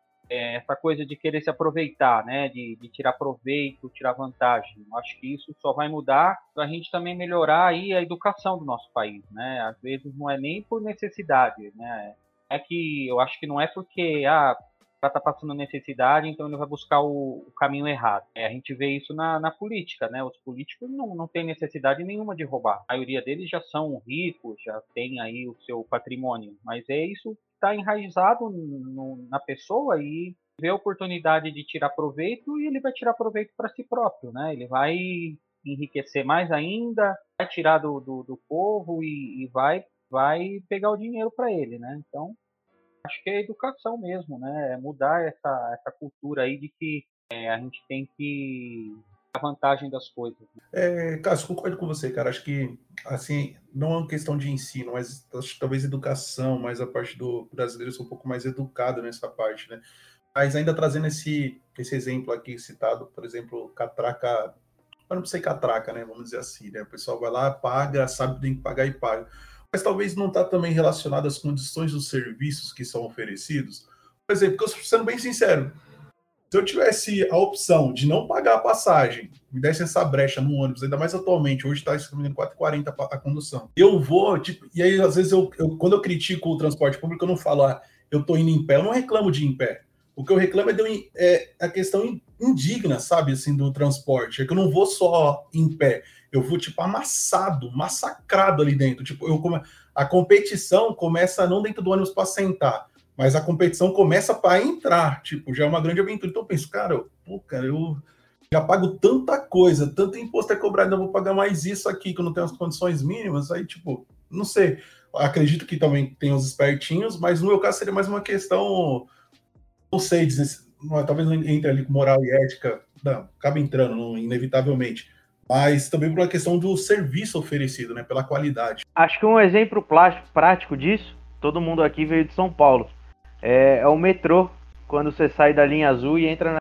é, essa coisa de querer se aproveitar, né, de, de tirar proveito, tirar vantagem. Eu acho que isso só vai mudar para a gente também melhorar aí a educação do nosso país, né? Às vezes não é nem por necessidade, né? É que eu acho que não é porque ah, ela está passando necessidade, então ele vai buscar o, o caminho errado. É, a gente vê isso na, na política, né? Os políticos não, não têm necessidade nenhuma de roubar. A maioria deles já são ricos, já tem aí o seu patrimônio, mas é isso está enraizado no, na pessoa e vê a oportunidade de tirar proveito e ele vai tirar proveito para si próprio, né? Ele vai enriquecer mais ainda, vai tirar do, do, do povo e, e vai, vai pegar o dinheiro para ele, né? Então, acho que é educação mesmo, né? É mudar essa, essa cultura aí de que é, a gente tem que a vantagem das coisas. É, Cássio, concordo com você, cara. Acho que, assim, não é uma questão de ensino, mas acho, talvez educação, mas a parte do brasileiro ser um pouco mais educado nessa parte, né? Mas ainda trazendo esse, esse exemplo aqui citado, por exemplo, catraca, para não ser catraca, né? Vamos dizer assim, né? O pessoal vai lá, paga, sabe que tem que pagar e paga. Mas talvez não está também relacionado às condições dos serviços que são oferecidos. Por exemplo, porque eu, sendo bem sincero, se eu tivesse a opção de não pagar a passagem, me desse essa brecha no ônibus, ainda mais atualmente, hoje está escrevendo quatro e quarenta a condução. Eu vou, tipo, e aí às vezes eu, eu, quando eu critico o transporte público, eu não falo, ah, eu tô indo em pé, eu não reclamo de ir em pé. O que eu reclamo é, de eu, é a questão indigna, sabe, assim, do transporte. É que eu não vou só em pé, eu vou, tipo, amassado, massacrado ali dentro. Tipo, eu, a competição começa não dentro do ônibus para sentar, mas a competição começa para entrar, tipo, já é uma grande aventura. Então eu penso, cara, eu, pô, cara, eu já pago tanta coisa, tanto imposto é cobrado, ainda vou pagar mais isso aqui, que eu não tenho as condições mínimas, aí, tipo, não sei. Acredito que também tem os espertinhos, mas no meu caso seria mais uma questão, não sei dizer, talvez não entre ali com moral e ética, não, acaba entrando, não, inevitavelmente, mas também por uma questão do serviço oferecido, né, pela qualidade. Acho que um exemplo prático disso, todo mundo aqui veio de São Paulo, É, é o metrô, quando você sai da linha azul e entra na...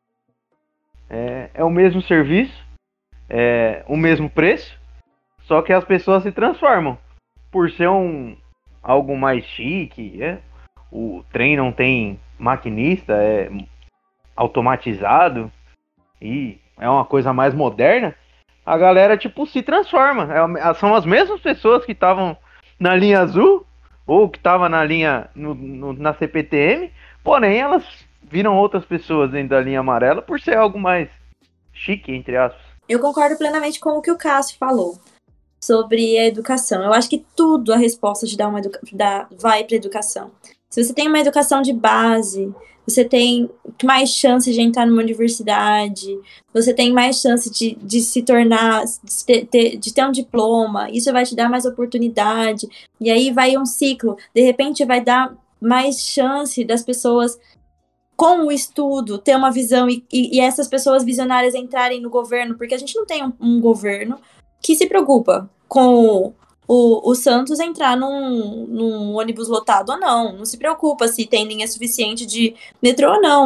É, é o mesmo serviço, é o mesmo preço, só que as pessoas se transformam. Por ser um, algo mais chique, é, o trem não tem maquinista, é automatizado e é uma coisa mais moderna, a galera tipo se transforma. É, são as mesmas pessoas que estavam na linha azul, ou que estava na linha, no, no, na C P T M, porém elas viram outras pessoas dentro da linha amarela por ser algo mais chique, entre aspas. Eu concordo plenamente com o que o Cássio falou sobre a educação. Eu acho que tudo a resposta de dar uma educa- da, vai para a educação. Se você tem uma educação de base, você tem mais chance de entrar numa universidade, você tem mais chance de, de se tornar, de ter, ter, de ter um diploma, isso vai te dar mais oportunidade, e aí vai um ciclo, de repente vai dar mais chance das pessoas, com o estudo, ter uma visão, e, e, e essas pessoas visionárias entrarem no governo, porque a gente não tem um, um governo que se preocupa com o, o Santos entrar num, num ônibus lotado ou não. Não se preocupa se tem linha suficiente de metrô ou não.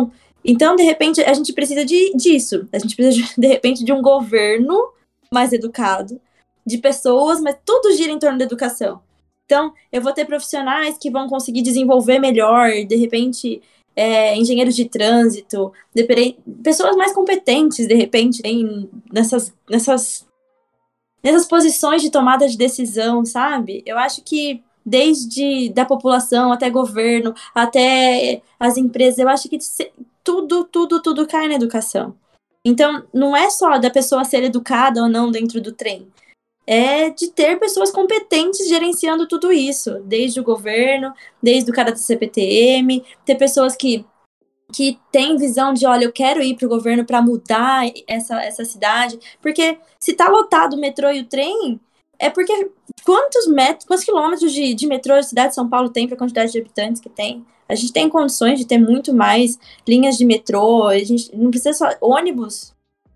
Então, de repente, a gente precisa de, disso. A gente precisa, de, de repente, de um governo mais educado, de pessoas, mas tudo gira em torno da educação. Então, eu vou ter profissionais que vão conseguir desenvolver melhor, de repente, é, engenheiros de trânsito, de, pessoas mais competentes, de repente, em, nessas, nessas, nessas posições de tomada de decisão, sabe? Eu acho que desde da população até governo, até as empresas, eu acho que tudo, tudo, tudo cai na educação. Então, não é só da pessoa ser educada ou não dentro do trem. É de ter pessoas competentes gerenciando tudo isso. Desde o governo, desde o cara do C P T M, ter pessoas que, que têm visão de, olha, eu quero ir para o governo para mudar essa, essa cidade. Porque se tá lotado o metrô e o trem, é porque quantos metros, quantos quilômetros de, de metrô a cidade de São Paulo tem para a quantidade de habitantes que tem? A gente tem condições de ter muito mais linhas de metrô, a gente não precisa só ônibus.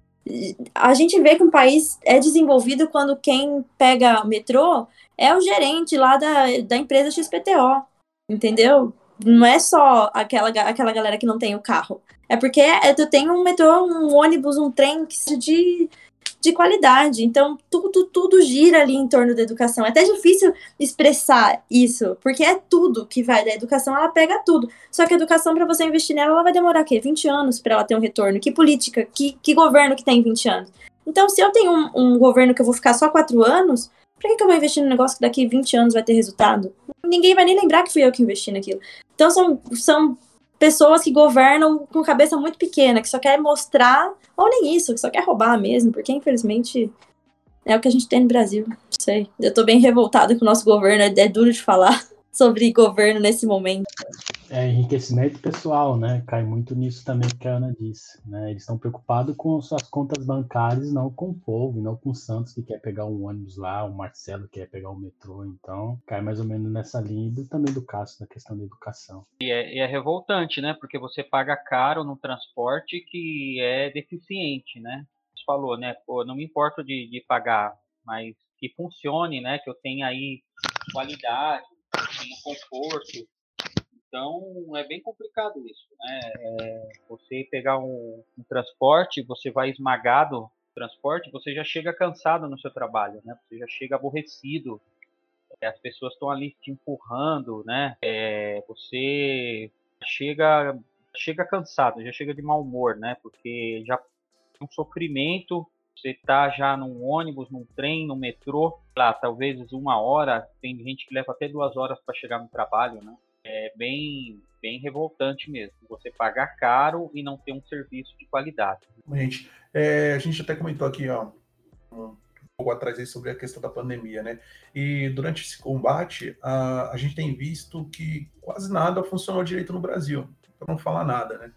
A gente vê que um país é desenvolvido quando quem pega o metrô é o gerente lá da, da empresa X P T O, entendeu? Não é só aquela, aquela galera que não tem o carro. É porque tu tem um metrô, um ônibus, um trem que seja de... de qualidade, então tudo, tudo gira ali em torno da educação. É até difícil expressar isso, porque é tudo que vai da educação, ela pega tudo. Só que a educação, para você investir nela, ela vai demorar o quê? vinte anos para ela ter um retorno. Que política, que, que governo que tem vinte anos? Então, se eu tenho um, um governo que eu vou ficar só quatro anos, por que, que eu vou investir num negócio que daqui vinte anos vai ter resultado? Ninguém vai nem lembrar que fui eu que investi naquilo. Então, são... são pessoas que governam com cabeça muito pequena, que só quer mostrar, ou nem isso, que só quer roubar mesmo, porque infelizmente é o que a gente tem no Brasil. Não sei. Eu tô bem revoltada com o nosso governo, é, é duro de falar sobre governo nesse momento. É enriquecimento pessoal, né? Cai muito nisso também que a Ana disse, né? Eles estão preocupados com suas contas bancárias, não com o povo, não com o Santos que quer pegar um ônibus lá, o Marcelo que quer pegar o metrô, então cai mais ou menos nessa linha e também do Cássio, da questão da educação. E é, e é revoltante, né? Porque você paga caro no transporte que é deficiente, né? Você falou, né? Pô, não me importo de, de pagar, mas que funcione, né? Que eu tenha aí qualidade, tenha conforto. Então, é bem complicado isso, né? É, você pegar um, um transporte, você vai esmagado no transporte, você já chega cansado no seu trabalho, né? Você já chega aborrecido, é, as pessoas estão ali te empurrando, né? É, você chega, chega cansado, já chega de mau humor, né? Porque já é um sofrimento, você tá já num ônibus, num trem, no metrô, lá, talvez uma hora, tem gente que leva até duas horas para chegar no trabalho, né? É bem, bem revoltante mesmo. Você pagar caro e não ter um serviço de qualidade. Gente, é, a gente até comentou aqui, ó, um pouco atrás aí sobre a questão da pandemia, né? E durante esse combate, a, a gente tem visto que quase nada funcionou direito no Brasil, para não falar nada, né?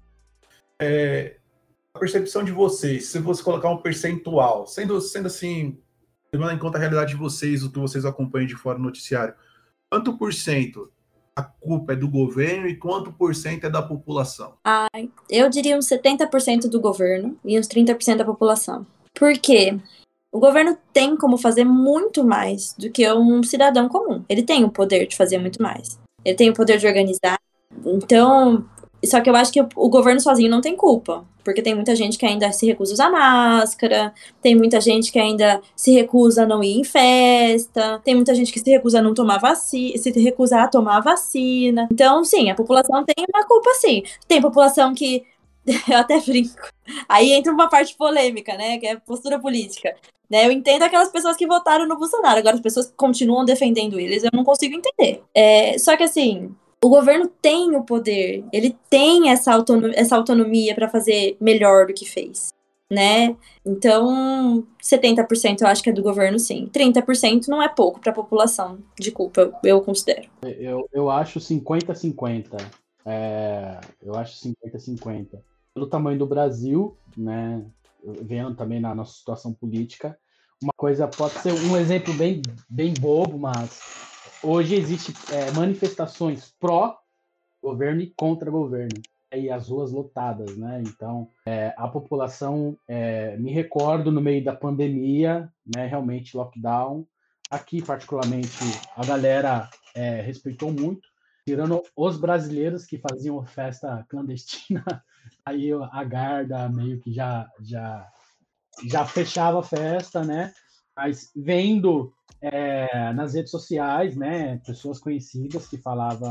É, a percepção de vocês, se você colocar um percentual, sendo, sendo assim, levando em conta a realidade de vocês, o que vocês acompanham de fora do noticiário, quanto por cento a culpa é do governo e quanto por cento é da população? Ah, eu diria uns setenta por cento do governo e uns trinta por cento da população. Por quê? O governo tem como fazer muito mais do que um cidadão comum. Ele tem o poder de fazer muito mais. Ele tem o poder de organizar. Então, só que eu acho que o governo sozinho não tem culpa. Porque tem muita gente que ainda se recusa a usar máscara, tem muita gente que ainda se recusa a não ir em festa, tem muita gente que se recusa a não tomar vacina, se recusa a tomar vacina. Então, sim, a população tem uma culpa, sim. Tem população que... eu até brinco. Aí entra uma parte polêmica, né? Que é postura política. Né, eu entendo aquelas pessoas que votaram no Bolsonaro, agora as pessoas que continuam defendendo eles, eu não consigo entender. É, só que assim, o governo tem o poder, ele tem essa autonomia, essa autonomia para fazer melhor do que fez, né? Então, setenta por cento eu acho que é do governo, sim. trinta por cento não é pouco para a população, de culpa, eu, eu considero. Eu, eu acho cinquenta a cinquenta. É, eu acho cinquenta a cinquenta. Pelo tamanho do Brasil, né? Vendo também na nossa situação política, uma coisa pode ser um exemplo bem, bem bobo, mas hoje existe é, manifestações pró-governo e contra-governo, e as ruas lotadas, né? Então, é, a população, é, me recordo no meio da pandemia, né? Realmente lockdown, aqui particularmente a galera é, respeitou muito, tirando os brasileiros que faziam festa clandestina, aí a Garda meio que já, já, já fechava a festa, né? Mas vendo é, nas redes sociais, né, pessoas conhecidas que falavam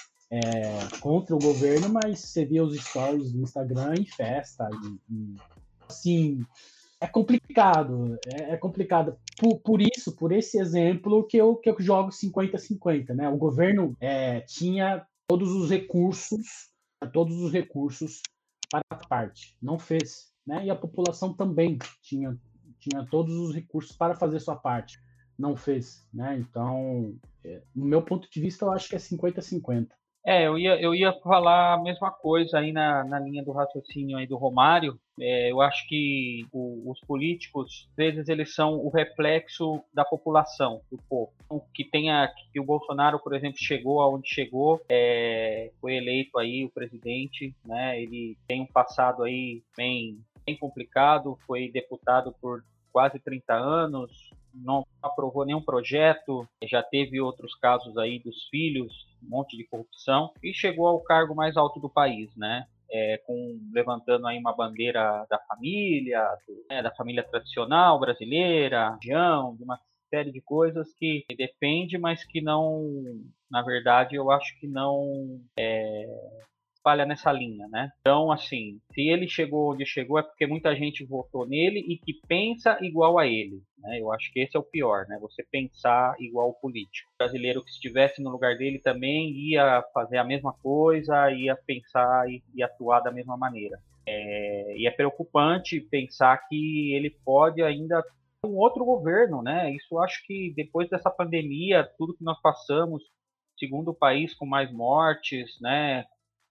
é, contra o governo, mas você via os stories do Instagram em festa, e, e assim, é complicado, é, é complicado. Por, por isso, por esse exemplo, que eu, que eu jogo cinquenta a cinquenta, né? O governo é, tinha todos os recursos, todos os recursos para a parte, não fez, né? E a população também tinha, tinha todos os recursos para fazer sua parte, não fez, né? Então, é, no meu ponto de vista, eu acho que é cinquenta a cinquenta. É, eu ia, eu ia falar a mesma coisa aí na, na linha do raciocínio aí do Romário. É, eu acho que o, os políticos, às vezes, eles são o reflexo da população, do povo. Que tenha, que o Bolsonaro, por exemplo, chegou aonde chegou, é, foi eleito aí o presidente, né? Ele tem um passado aí bem, bem complicado, foi deputado por quase trinta anos, não aprovou nenhum projeto, já teve outros casos aí dos filhos, um monte de corrupção, e chegou ao cargo mais alto do país, né? É, com, levantando aí uma bandeira da família, do, né, da família tradicional brasileira, região, de uma série de coisas que defende, mas que não, na verdade, eu acho que não é, espalha nessa linha, né? Então, assim, se ele chegou onde chegou é porque muita gente votou nele e que pensa igual a ele, né? Eu acho que esse é o pior, né? Você pensar igual o político. O brasileiro que estivesse no lugar dele também ia fazer a mesma coisa, ia pensar e, e atuar da mesma maneira. É, e é preocupante pensar que ele pode ainda ter um outro governo, né? Isso eu acho que depois dessa pandemia, tudo que nós passamos, segundo país com mais mortes, né?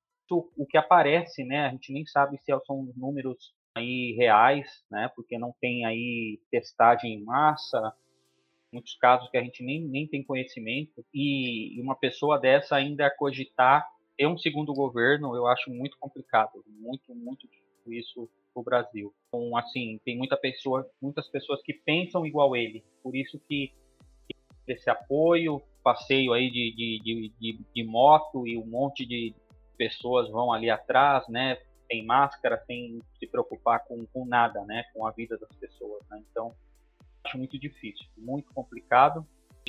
O que aparece, né? A gente nem sabe se são números aí reais, né? Porque não tem aí testagem em massa, muitos casos que a gente nem, nem tem conhecimento, e uma pessoa dessa ainda cogitar ter um segundo governo, eu acho muito complicado, muito, muito difícil isso no Brasil. Então, assim, tem muita pessoa, muitas pessoas que pensam igual ele, por isso que esse apoio, passeio aí de, de, de, de, de moto e um monte de pessoas vão ali atrás, né, sem máscara, sem se preocupar com, com nada, né, com a vida das pessoas, né? Então, acho muito difícil, muito complicado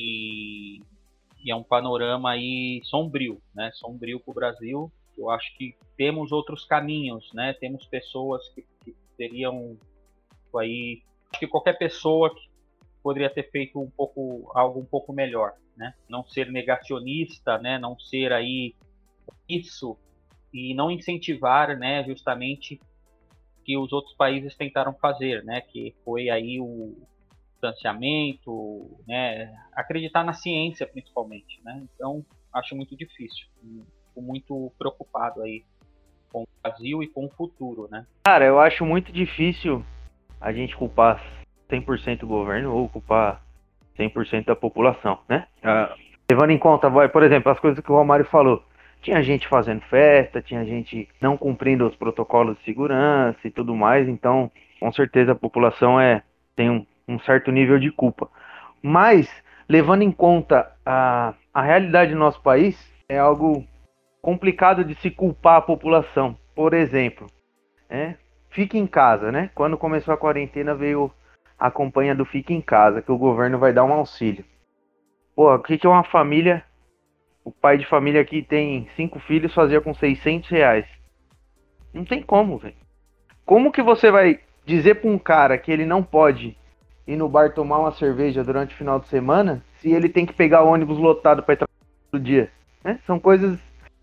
e, e é um panorama aí sombrio, né, sombrio para o Brasil. Eu acho que temos outros caminhos, né, temos pessoas que, que teriam aí, acho que qualquer pessoa que poderia ter feito um pouco, algo um pouco melhor, né, não ser negacionista, né, não ser aí isso e não incentivar, né, justamente que os outros países tentaram fazer, né, que foi aí o distanciamento, né, acreditar na ciência principalmente, né. Então acho muito difícil, fico muito preocupado aí com o Brasil e com o futuro, né. Cara, eu acho muito difícil a gente culpar cem por cento o governo ou culpar cem por cento da população, né. Ah, levando em conta, vai, por exemplo, as coisas que o Romário falou. Tinha gente fazendo festa, tinha gente não cumprindo os protocolos de segurança e tudo mais, então, com certeza a população é, tem um, um certo nível de culpa. Mas, levando em conta a, a realidade do nosso país, é algo complicado de se culpar a população. Por exemplo, né, fique em casa, né? Quando começou a quarentena veio a campanha do Fique em Casa, que o governo vai dar um auxílio. Pô, o que é uma família... O pai de família aqui tem cinco filhos, fazia com seiscentos reais. Não tem como, velho. Como que você vai dizer para um cara que ele não pode ir no bar tomar uma cerveja durante o final de semana se ele tem que pegar o ônibus lotado para ir trabalhar todo dia? Né? São coisas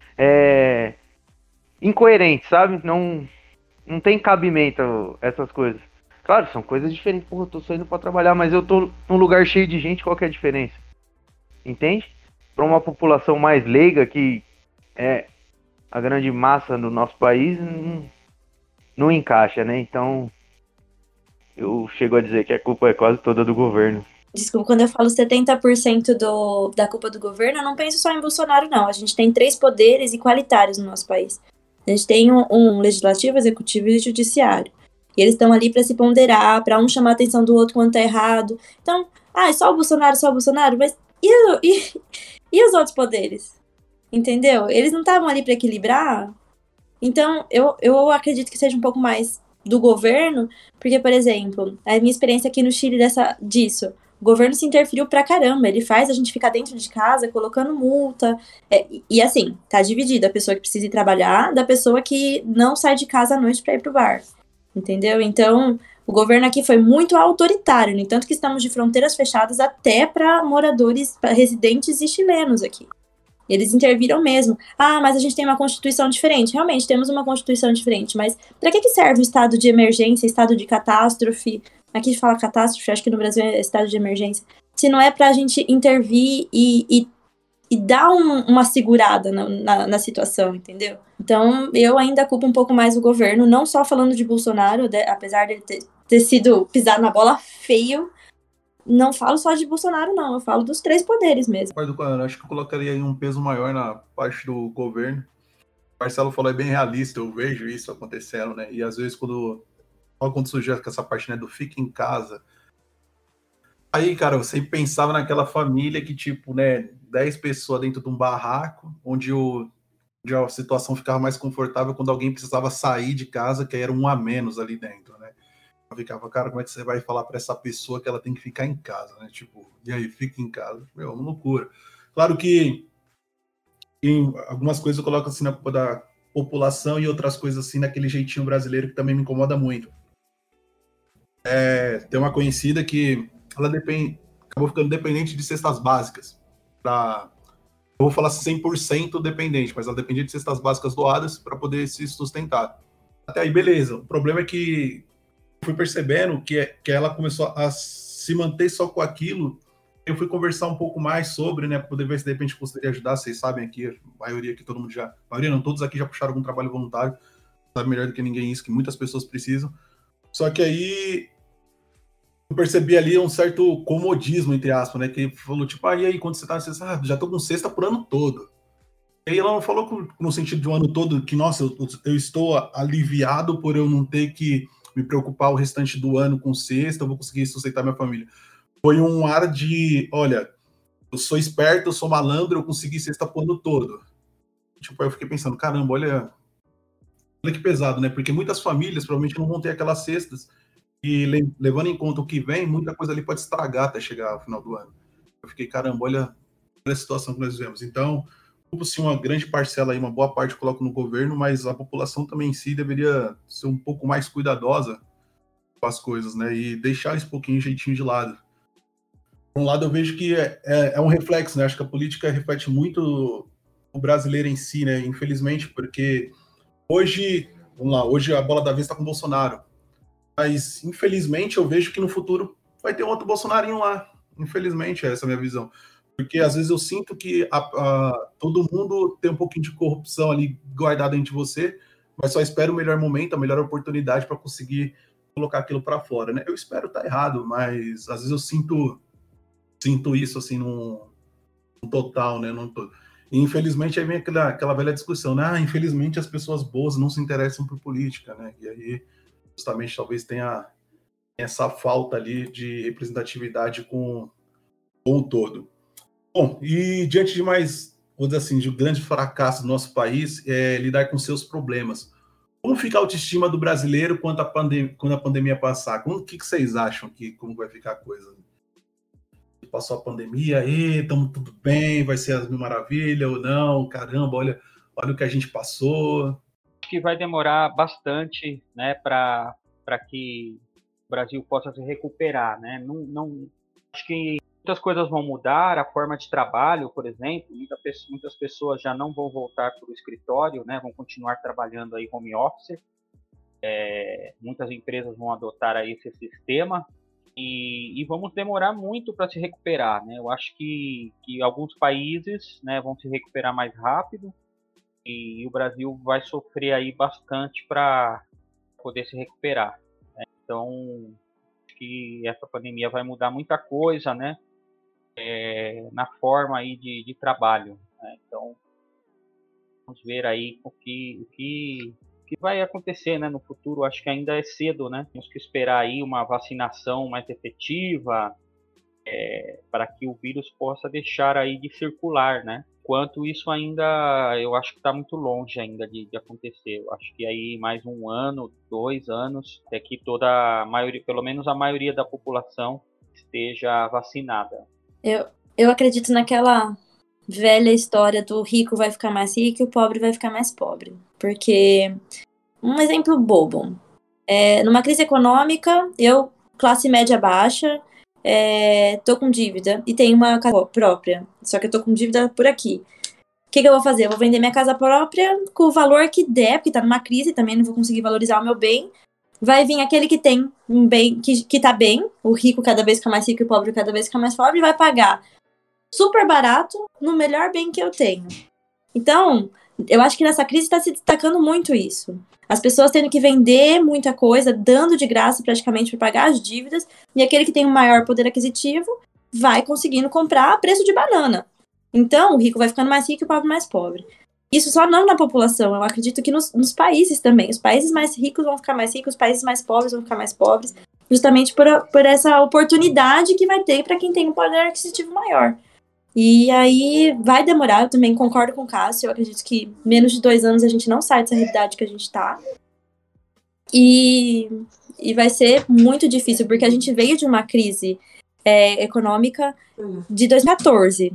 é, incoerentes, sabe? Não, não tem cabimento essas coisas. Claro, são coisas diferentes. Pô, eu tô saindo para trabalhar, mas eu tô num lugar cheio de gente, qual que é a diferença? Entende? Para uma população mais leiga, que é a grande massa do nosso país, não, não encaixa, né? Então, eu chego a dizer que a culpa é quase toda do governo. Desculpa, quando eu falo setenta por cento do, da culpa do governo, eu não penso só em Bolsonaro, não. A gente tem três poderes igualitários no nosso país. A gente tem um, um legislativo, executivo e judiciário. E eles estão ali para se ponderar, para um chamar a atenção do outro quando tá errado. Então, ah, é só o Bolsonaro, só o Bolsonaro? Mas e, e, e os outros poderes? entendeu? Eles não estavam ali para equilibrar. Então, eu, eu acredito que seja um pouco mais do governo, porque, por exemplo, a minha experiência aqui no Chile dessa, disso, o governo se interferiu pra caramba, ele faz a gente ficar dentro de casa, colocando multa, é, e, e assim, tá dividido a pessoa que precisa ir trabalhar da pessoa que não sai de casa à noite pra ir pro bar, entendeu? Então, o governo aqui foi muito autoritário, no entanto que estamos de fronteiras fechadas até para moradores, para residentes e chilenos aqui. Eles interviram mesmo. Ah, mas a gente tem uma constituição diferente. Realmente, temos uma constituição diferente, mas para que, que serve o estado de emergência, estado de catástrofe? Aqui fala catástrofe, acho que no Brasil é estado de emergência. Se não é para a gente intervir e, e, e dar um, uma segurada na, na, na situação, entendeu? Então, eu ainda culpo um pouco mais o governo, não só falando de Bolsonaro, de, apesar dele ter, ter sido pisado na bola feio. Não falo só de Bolsonaro, não. Eu falo dos três poderes mesmo. Concordo com a Ana. Acho que eu colocaria aí um peso maior na parte do governo. O Marcelo falou, é bem realista, eu vejo isso acontecendo, né? E às vezes quando, quando surgiu com essa parte, né, do fica em casa, aí, cara, eu sempre pensava naquela família que, tipo, né, dez pessoas dentro de um barraco, onde, o, onde a situação ficava mais confortável quando alguém precisava sair de casa, que era um a menos ali dentro, né? Eu ficava, cara, como é que você vai falar para essa pessoa que ela tem que ficar em casa, né? Tipo, e aí, fica em casa. Meu, uma loucura. Claro que em algumas coisas eu coloco assim na culpa da população e outras coisas assim naquele jeitinho brasileiro que também me incomoda muito. É, tem uma conhecida que ela depende, acabou ficando dependente de cestas básicas. Pra, eu vou falar cem por cento dependente, mas ela dependia de cestas básicas doadas para poder se sustentar. Até aí, beleza. O problema é que fui percebendo que, que ela começou a se manter só com aquilo. Eu fui conversar um pouco mais sobre, né, para poder ver se de repente conseguiria ajudar. Vocês sabem aqui, a maioria aqui, todo mundo já, a maioria não, todos aqui já puxaram algum trabalho voluntário, sabe melhor do que ninguém isso, que muitas pessoas precisam. Só que aí eu percebi ali um certo comodismo, entre aspas, né, que falou tipo, ah, e aí, quando você tá, você ah, já tô com cesta por ano todo. E aí ela não falou no sentido de um ano todo que, nossa, eu, eu estou aliviado por eu não ter que me preocupar o restante do ano com cesta, eu vou conseguir sustentar minha família. Foi um ar de, olha, eu sou esperto, eu sou malandro, eu consegui cesta pro ano todo. Tipo, aí eu fiquei pensando, caramba, olha, olha que pesado, né? Porque muitas famílias provavelmente não vão ter aquelas cestas e levando em conta o que vem, muita coisa ali pode estragar até chegar ao final do ano. Eu fiquei, caramba, olha, olha a situação que nós vivemos. Então, sim, uma grande parcela aí, uma boa parte eu coloco no governo, mas a população também em si deveria ser um pouco mais cuidadosa com as coisas, né? E deixar esse pouquinho jeitinho de lado. Por um lado, eu vejo que é, é, é um reflexo, né? Acho que a política reflete muito o brasileiro em si, né? Infelizmente, porque hoje, vamos lá, hoje a bola da vez está com o Bolsonaro. Mas, infelizmente, eu vejo que no futuro vai ter um outro Bolsonarinho lá. Infelizmente, essa é a minha visão. Porque às vezes eu sinto que a, a, todo mundo tem um pouquinho de corrupção ali guardada dentro de você, mas só espera o melhor momento, a melhor oportunidade para conseguir colocar aquilo para fora, né? Eu espero estar errado, mas às vezes eu sinto, sinto isso assim num, num total, né? Num todo. E infelizmente aí vem aquela, aquela velha discussão, né? Ah, infelizmente as pessoas boas não se interessam por política, né? E aí justamente talvez tenha essa falta ali de representatividade com, com o todo. Bom, e diante de mais, vou dizer assim, de um grande fracasso do nosso país, é lidar com seus problemas. Como fica a autoestima do brasileiro quando a, pandem- quando a pandemia passar? Como que, que vocês acham que como vai ficar a coisa? Passou a pandemia, estamos tudo bem, vai ser as mil maravilhas ou não? Caramba, olha, olha o que a gente passou. Acho que vai demorar bastante, né, para para que o Brasil possa se recuperar, né? Não, não, acho que muitas coisas vão mudar, a forma de trabalho, por exemplo, muita, muitas pessoas já não vão voltar para o escritório, né? Vão continuar trabalhando aí home office. É, muitas empresas vão adotar aí esse sistema e, e vamos demorar muito para se recuperar, né? Eu acho que, que alguns países, né, vão se recuperar mais rápido e o Brasil vai sofrer aí bastante para poder se recuperar, né? Então, acho que essa pandemia vai mudar muita coisa, né? É, na forma aí de, de trabalho, né? Então, vamos ver aí o que, o que, o que vai acontecer, né, no futuro. Acho que ainda é cedo, né? Temos que esperar aí uma vacinação mais efetiva, é, para que o vírus possa deixar aí de circular, né? enquanto isso ainda, eu acho que está muito longe ainda de, de acontecer. Eu acho que aí mais um ano, dois anos, é que toda a maioria, pelo menos a maioria da população esteja vacinada. Eu, eu acredito naquela velha história do rico vai ficar mais rico e o pobre vai ficar mais pobre. Porque, um exemplo bobo, é, numa crise econômica, eu, classe média baixa, é, tô com dívida e tenho uma casa própria, só que eu tô com dívida por aqui. O que, que eu vou fazer? Eu vou vender minha casa própria com o valor que der, porque tá numa crise, também não vou conseguir valorizar o meu bem. Vai vir aquele que tem um bem, que, que tá bem, o rico cada vez fica mais rico e o pobre cada vez fica mais pobre, e vai pagar super barato no melhor bem que eu tenho. Então, eu acho que nessa crise está se destacando muito isso. As pessoas tendo que vender muita coisa, dando de graça praticamente para pagar as dívidas, e aquele que tem um maior poder aquisitivo vai conseguindo comprar a preço de banana. Então, o rico vai ficando mais rico e o pobre mais pobre. Isso só não na população, eu acredito que nos, nos países também. Os países mais ricos vão ficar mais ricos, os países mais pobres vão ficar mais pobres, justamente por, por essa oportunidade que vai ter para quem tem um poder aquisitivo maior. E aí vai demorar, eu também concordo com o Cássio, eu acredito que menos de dois anos a gente não sai dessa realidade que a gente tá. E, e vai ser muito difícil, porque a gente veio de uma crise é, econômica de dois mil e quatorze.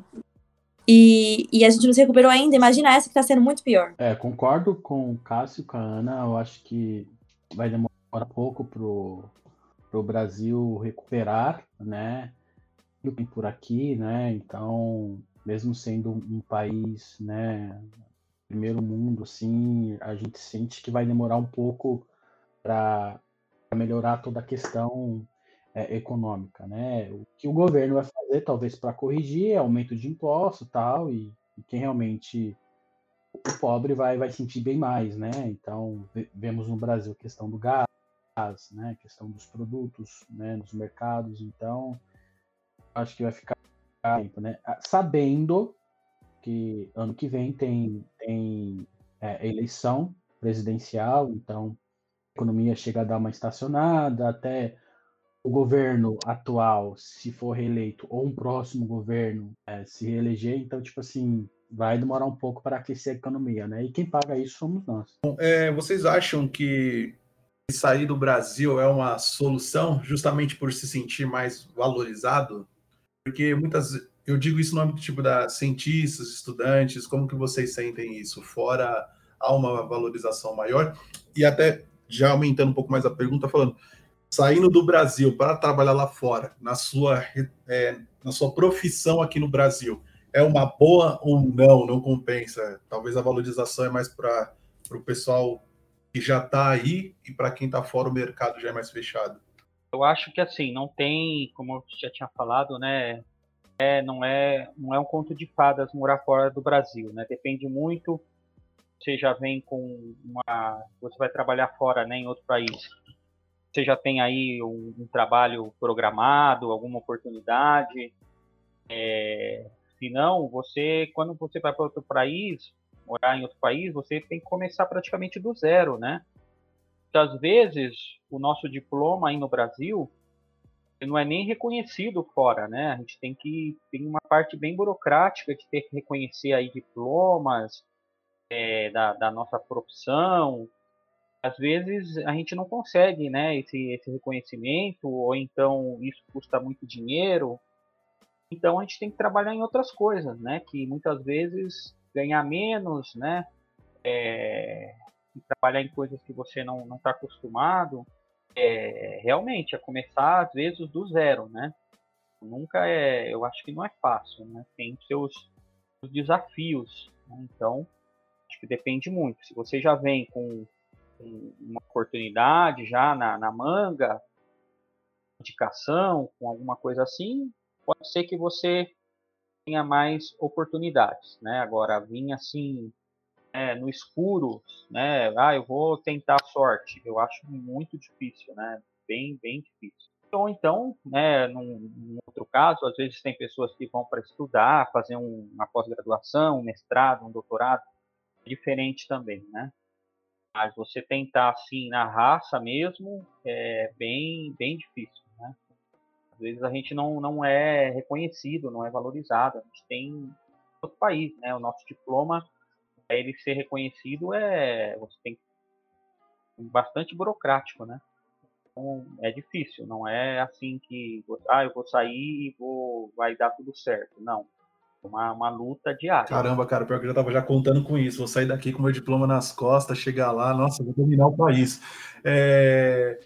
E, e a gente não se recuperou ainda, imagina essa que tá sendo muito pior. É, concordo com o Cássio e com a Ana, eu acho que vai demorar um pouco pro, pro Brasil recuperar, né? Por aqui, né? Então, mesmo sendo um país, né, primeiro mundo, assim, a gente sente que vai demorar um pouco para melhorar toda a questão é, econômica, né? O que o governo vai fazer, talvez, para corrigir, é aumento de imposto, tal, e, e quem realmente o pobre vai vai sentir bem mais, né? Então, vemos no Brasil a questão do gás, né? A questão dos produtos, né? Nos mercados, então acho que vai ficar tempo, né? Sabendo que ano que vem tem, tem é, eleição presidencial, então a economia chega a dar uma estacionada, até o governo atual, se for reeleito, ou um próximo governo é, se reeleger, então, tipo assim, vai demorar um pouco para aquecer a economia, né? E quem paga isso somos nós. É, vocês acham que sair do Brasil é uma solução justamente por se sentir mais valorizado? Porque muitas, eu digo isso no âmbito tipo da cientistas, estudantes, como que vocês sentem isso? Fora há uma valorização maior e até já aumentando um pouco mais a pergunta, falando, saindo do Brasil para trabalhar lá fora, na sua, é, na sua profissão aqui no Brasil, é uma boa ou não? Não compensa? Talvez a valorização é mais para o pessoal que já está aí e para quem está fora o mercado já é mais fechado. Eu acho que assim, não tem, como eu já tinha falado, né? É, não, é, não é um conto de fadas morar fora do Brasil, né? Depende muito. Você já vem com uma. Você vai trabalhar fora, né, em outro país. Você já tem aí um, um trabalho programado, alguma oportunidade. É, se não, você, quando você vai para outro país, morar em outro país, você tem que começar praticamente do zero, né? Às vezes, o nosso diploma aí no Brasil não é nem reconhecido fora, né? A gente tem que tem uma parte bem burocrática de ter que reconhecer aí diplomas é, da, da nossa profissão. Às vezes a gente não consegue, né? Esse, esse reconhecimento, ou então isso custa muito dinheiro. Então a gente tem que trabalhar em outras coisas, né? Que muitas vezes ganhar menos, né? É, e trabalhar em coisas que você não não está acostumado, é, realmente é começar às vezes do zero, né? Nunca é, eu acho que não é fácil, né? Tem seus, seus desafios, né? Então acho que depende muito. Se você já vem com, com uma oportunidade já na, na manga, indicação, com alguma coisa assim, pode ser que você tenha mais oportunidades, né? Agora, vir assim, é, no escuro, né? Ah, eu vou tentar a sorte. Eu acho muito difícil, né? Bem, bem difícil. Ou então, né, num, num outro caso, às vezes tem pessoas que vão para estudar, fazer um, uma pós-graduação, um mestrado, um doutorado, é diferente também, né? Mas você tentar assim na raça mesmo é bem, bem difícil, né? Às vezes a gente não, não é reconhecido, não é valorizado. A gente tem outro país, né? O nosso diploma, para ele ser reconhecido, é você tem bastante burocrático, né? Então, é difícil, não é assim que ah, eu vou sair e vou vai dar tudo certo, não. É uma, uma luta diária. Caramba, cara, pior que eu já tava já contando com isso. Vou sair daqui com meu diploma nas costas, chegar lá, nossa, vou dominar o país. É...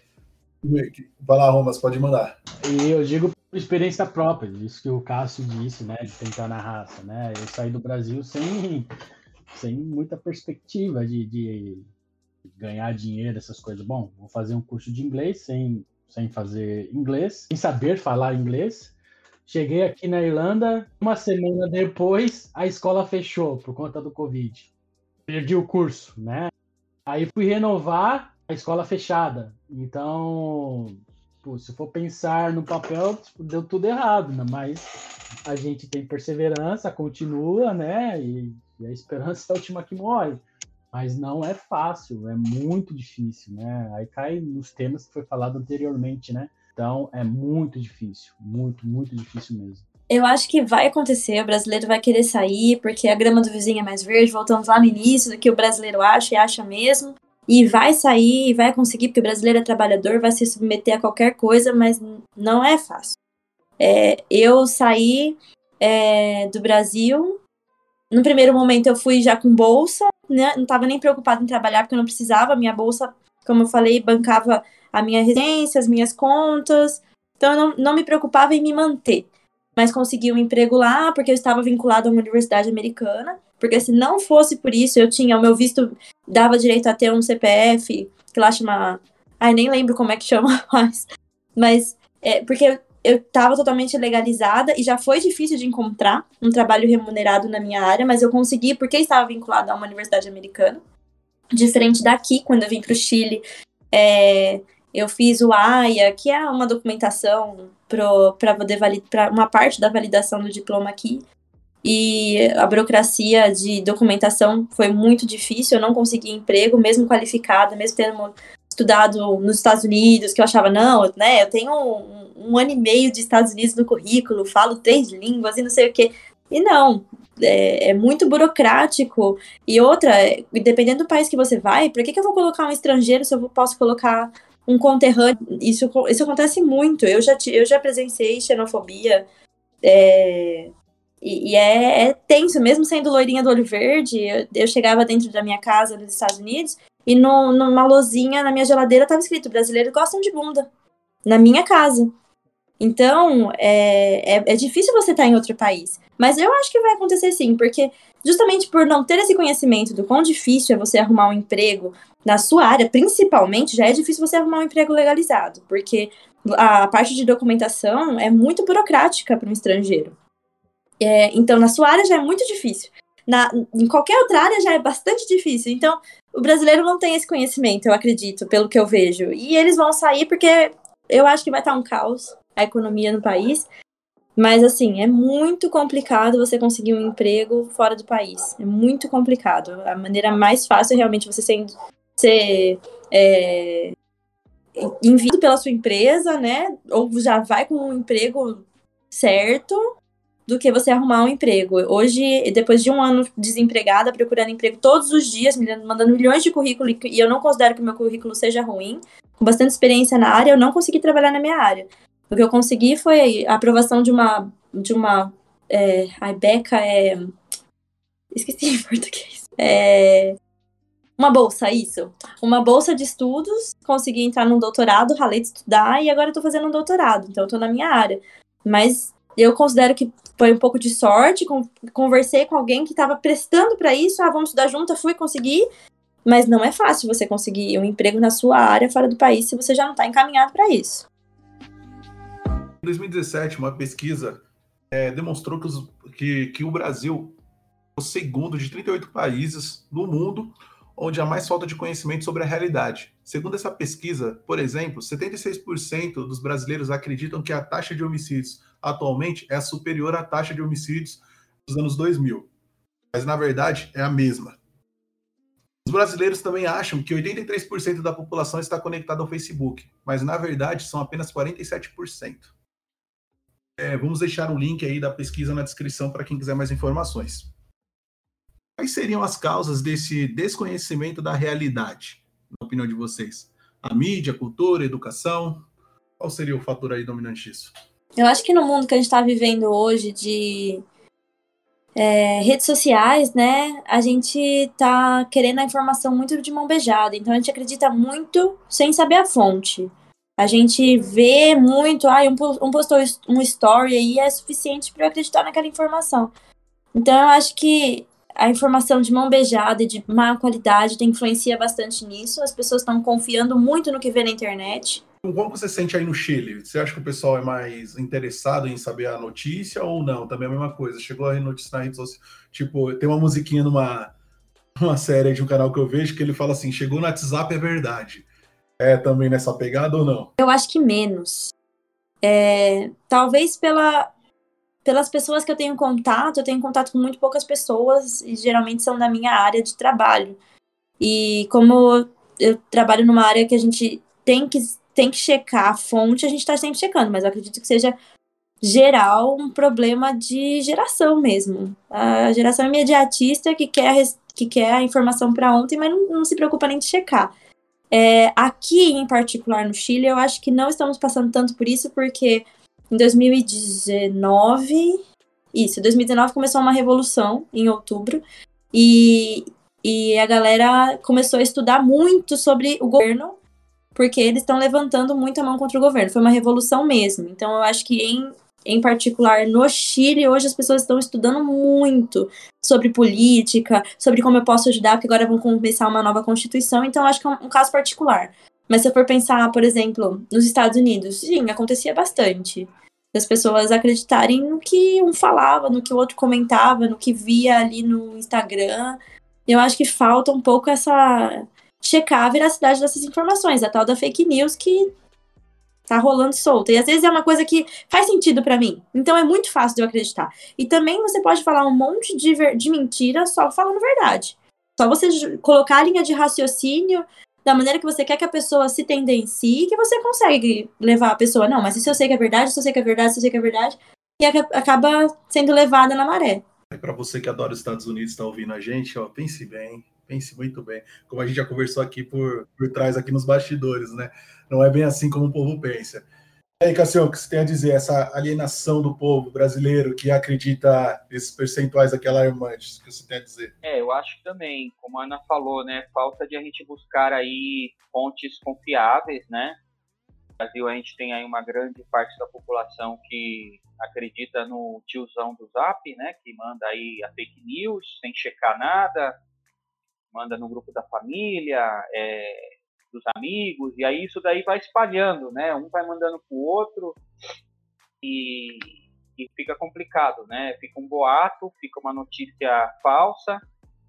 Vai lá, Romas, pode mandar. E eu digo por experiência própria, isso que o Cássio disse, né, de tentar na raça, né? Eu saí do Brasil sem, sem muita perspectiva de, de ganhar dinheiro, essas coisas. Bom, vou fazer um curso de inglês sem, sem fazer inglês, sem saber falar inglês. Cheguei aqui na Irlanda, uma semana depois a escola fechou por conta do Covid. Perdi o curso, né? Aí fui renovar, a escola fechada. Então, pô, se for pensar no papel, deu tudo errado, né? Mas a gente tem perseverança, continua, né? E, e a esperança é a última que morre. Mas não é fácil, é muito difícil, né? Aí cai nos temas que foi falado anteriormente, né? Então, é muito difícil, muito, muito difícil mesmo. Eu acho que vai acontecer, o brasileiro vai querer sair, porque a grama do vizinho é mais verde, voltamos lá no início, do que o brasileiro acha e acha mesmo, e vai sair, vai conseguir, porque o brasileiro é trabalhador, vai se submeter a qualquer coisa, mas não é fácil. É, eu saí é, do Brasil, no primeiro momento eu fui já com bolsa, né? Não estava nem preocupada em trabalhar, porque eu não precisava, minha bolsa, como eu falei, bancava a minha residência, as minhas contas, então eu não, não me preocupava em me manter, mas consegui um emprego lá, porque eu estava vinculada a uma universidade americana, porque se não fosse por isso, eu tinha, o meu visto dava direito a ter um C P F, que lá chama, ai, nem lembro como é que chama mais, mas, é, porque eu estava totalmente legalizada, e já foi difícil de encontrar um trabalho remunerado na minha área, mas eu consegui, porque estava vinculada a uma universidade americana, diferente daqui, quando eu vim para o Chile, é... eu fiz o A I A, que é uma documentação para poder validar uma parte da validação do diploma aqui. E a burocracia de documentação foi muito difícil, eu não consegui emprego, mesmo qualificada, mesmo tendo estudado nos Estados Unidos, que eu achava, não, né, eu tenho um, um ano e meio de Estados Unidos no currículo, falo três línguas e não sei o quê. E não, é, é muito burocrático. E outra, dependendo do país que você vai, por que, que eu vou colocar um estrangeiro se eu posso colocar um conterrâneo? Isso, isso acontece muito. Eu já, eu já presenciei xenofobia. É, e e é, é tenso, mesmo sendo loirinha do olho verde. Eu, eu chegava dentro da minha casa nos Estados Unidos e no, numa lozinha na minha geladeira estava escrito: brasileiros gostam de bunda. Na minha casa. Então, é, é, é difícil você estar em outro país. Mas eu acho que vai acontecer sim, porque justamente por não ter esse conhecimento do quão difícil é você arrumar um emprego na sua área, principalmente, já é difícil você arrumar um emprego legalizado, porque a parte de documentação é muito burocrática para um estrangeiro. É, então, na sua área já é muito difícil. Na, em qualquer outra área já é bastante difícil. Então, o brasileiro não tem esse conhecimento, eu acredito, pelo que eu vejo. E eles vão sair porque eu acho que vai estar um caos a economia no país. Mas, assim, é muito complicado você conseguir um emprego fora do país. É muito complicado. A maneira mais fácil é realmente você ser, ser é, enviado pela sua empresa, né? Ou já vai com um emprego certo, do que você arrumar um emprego. Hoje, depois de um ano desempregada, procurando emprego todos os dias, mandando milhões de currículos, e eu não considero que o meu currículo seja ruim, com bastante experiência na área, eu não consegui trabalhar na minha área. O que eu consegui foi a aprovação de uma... De uma é, a Beca é... Esqueci em português. É... Uma bolsa, isso. Uma bolsa de estudos, consegui entrar num doutorado, ralei de estudar, e agora eu tô fazendo um doutorado, então eu tô na minha área. Mas eu considero que foi um pouco de sorte, conversei com alguém que estava prestando para isso, ah, vamos estudar junto, fui conseguir, mas não é fácil você conseguir um emprego na sua área fora do país se você já não está encaminhado para isso. Em dois mil e dezessete, uma pesquisa é, demonstrou que, os, que, que o Brasil é o segundo de trinta e oito países no mundo onde há mais falta de conhecimento sobre a realidade. Segundo essa pesquisa, por exemplo, setenta e seis por cento dos brasileiros acreditam que a taxa de homicídios atualmente é superior à taxa de homicídios dos anos dois mil. Mas, na verdade, é a mesma. Os brasileiros também acham que oitenta e três por cento da população está conectada ao Facebook, mas, na verdade, são apenas quarenta e sete por cento. É, vamos deixar o link aí da pesquisa na descrição para quem quiser mais informações. Quais seriam as causas desse desconhecimento da realidade, na opinião de vocês? A mídia, a cultura, a educação? Qual seria o fator aí dominante disso? Eu acho que no mundo que a gente está vivendo hoje de é, redes sociais, né, a gente tá querendo a informação muito de mão beijada, então a gente acredita muito sem saber a fonte. A gente vê muito, ah, um, um postou um story aí é suficiente para eu acreditar naquela informação. Então eu acho que a informação de mão beijada e de má qualidade influencia bastante nisso. As pessoas estão confiando muito no que vê na internet. Como você sente aí no Chile? Você acha que o pessoal é mais interessado em saber a notícia ou não? Também é a mesma coisa. Chegou a notícia na rede social. Tipo, tem uma musiquinha numa, numa série de um canal que eu vejo que ele fala assim: chegou no WhatsApp, é verdade. É também nessa pegada ou não? Eu acho que menos. É, talvez pela, pelas pessoas que eu tenho contato, eu tenho contato com muito poucas pessoas e geralmente são da minha área de trabalho. E como eu trabalho numa área que a gente tem que, tem que checar a fonte, a gente está sempre checando, mas eu acredito que seja geral um problema de geração mesmo. A geração imediatista que quer, que quer a informação para ontem, mas não, não se preocupa nem de checar. É, aqui, em particular, no Chile, eu acho que não estamos passando tanto por isso, porque em dois mil e dezenove, isso, dois mil e dezenove começou uma revolução, em outubro, e, e a galera começou a estudar muito sobre o governo, porque eles estão levantando muito a mão contra o governo. Foi uma revolução mesmo. Então, eu acho que, em, em particular, no Chile, hoje as pessoas estão estudando muito sobre política, sobre como eu posso ajudar, porque agora vão começar uma nova Constituição. Então, eu acho que é um, um caso particular. Mas se eu for pensar, por exemplo, nos Estados Unidos, sim, acontecia bastante. Das pessoas acreditarem no que um falava, no que o outro comentava, no que via ali no Instagram. Eu acho que falta um pouco essa... checar a veracidade dessas informações, a tal da fake news que tá rolando solta. E às vezes é uma coisa que faz sentido pra mim. Então é muito fácil de eu acreditar. E também você pode falar um monte de, ver... de mentira só falando verdade. Só você colocar a linha de raciocínio da maneira que você quer que a pessoa se tendencie, que você consegue levar a pessoa. Não, mas isso eu sei que é verdade, isso eu sei que é verdade, isso eu sei que é verdade. E acaba sendo levada na maré. E para você que adora os Estados Unidos, está ouvindo a gente, ó, pense bem. Pense muito bem. Como a gente já conversou aqui por, por trás, aqui nos bastidores, né? Não é bem assim como o povo pensa. E aí, Cassião, o que você tem a dizer? Essa alienação do povo brasileiro que acredita nesses percentuais aqui alarmantes, o que você tem a dizer? É, eu acho também, como a Ana falou, né? Falta de a gente buscar aí fontes confiáveis, né? No Brasil, a gente tem aí uma grande parte da população que acredita no tiozão do Zap, né? Que manda aí a fake news sem checar nada, manda no grupo da família, é, dos amigos, e aí isso daí vai espalhando, né? Um vai mandando pro outro e, e fica complicado, né? Fica um boato, fica uma notícia falsa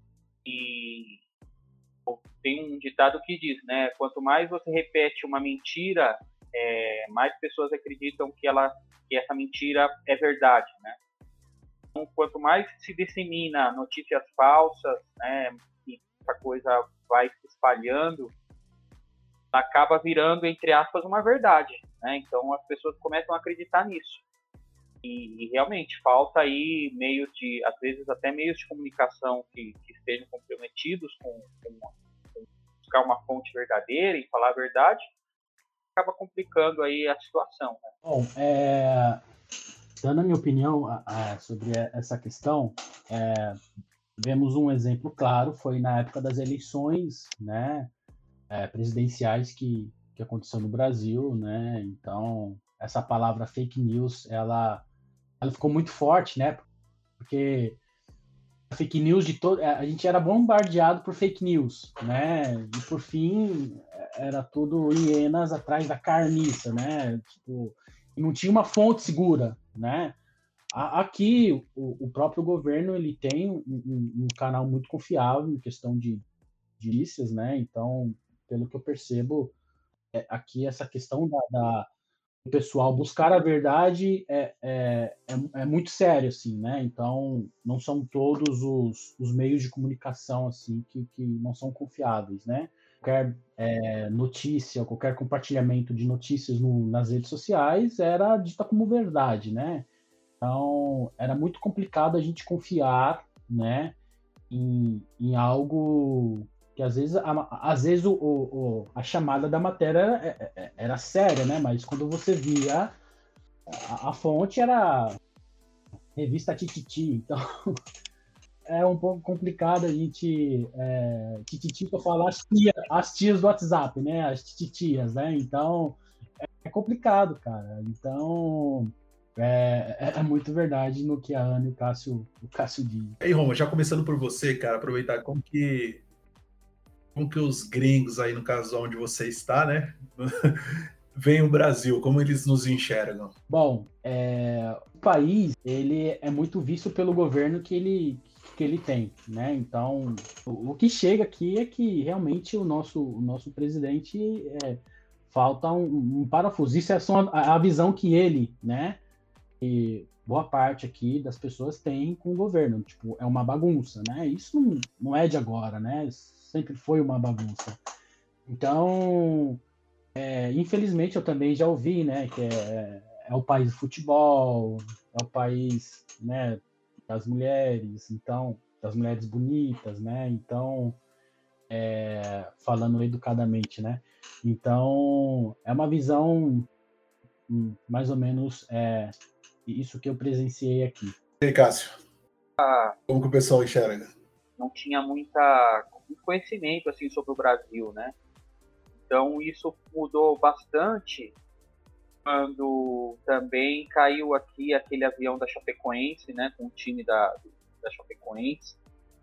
e tem um ditado que diz, né? Quanto mais você repete uma mentira, é, mais pessoas acreditam que, ela, que essa mentira é verdade, né? Então, quanto mais se dissemina notícias falsas, né? Essa coisa vai se espalhando, acaba virando, entre aspas, uma verdade, né? Então as pessoas começam a acreditar nisso. E, e realmente falta aí meios de, às vezes até meios de comunicação que, que estejam comprometidos com, com, com buscar uma fonte verdadeira e falar a verdade, acaba complicando aí a situação, né? Bom, é, dando a minha opinião a, a, sobre essa questão, é, vemos um exemplo claro, foi na época das eleições, né, é, presidenciais que, que aconteceu no Brasil, né, então essa palavra fake news, ela, ela ficou muito forte, né, porque a fake news de todo, a gente era bombardeado por fake news, né, e por fim era tudo hienas atrás da carniça, né, tipo, e não tinha uma fonte segura, né. Aqui, o, o próprio governo ele tem um, um, um canal muito confiável em questão de notícias, né? Então, pelo que eu percebo, é, aqui essa questão da, da, do pessoal buscar a verdade é, é, é, é muito sério, assim, né? Então, não são todos os, os meios de comunicação assim que, que não são confiáveis, né? qualquer é, notícia, qualquer compartilhamento de notícias no, nas redes sociais era dita como verdade, né? Então, era muito complicado a gente confiar, né, em, em algo que às vezes, a, às vezes o, o, a chamada da matéria era, era séria, né? Mas quando você via, a, a fonte era revista Tititi, então é um pouco complicado a gente é, Tititi para falar as tias, as tias do WhatsApp, né? As tititias, né? Então é, é complicado, cara. Então é, é muito verdade no que a Ana e o Cássio, o Cássio diz. E aí, Roma, já começando por você, cara, aproveitar como que como que os gringos aí, no caso onde você está, né, veem o Brasil, como eles nos enxergam? Bom, é, o país, ele é muito visto pelo governo que ele, que ele tem, né? Então, o, o que chega aqui é que realmente o nosso, o nosso presidente é, falta um, um parafuso. Isso é só a, a visão que ele, né, e boa parte aqui das pessoas tem com o governo. Tipo, é uma bagunça, né? Isso não, não é de agora, né? Sempre foi uma bagunça. Então, é, infelizmente, eu também já ouvi, né, que é, é o país do futebol, é o país, né, das mulheres, então, das mulheres bonitas, né? Então, é, falando educadamente, né? Então, é uma visão hum, mais ou menos é, isso que eu presenciei aqui. E aí, Cássio? Como que o pessoal enxerga? Não tinha muita, muito conhecimento assim, sobre o Brasil, né? Então, isso mudou bastante quando também caiu aqui aquele avião da Chapecoense, né? Com o time da, da Chapecoense.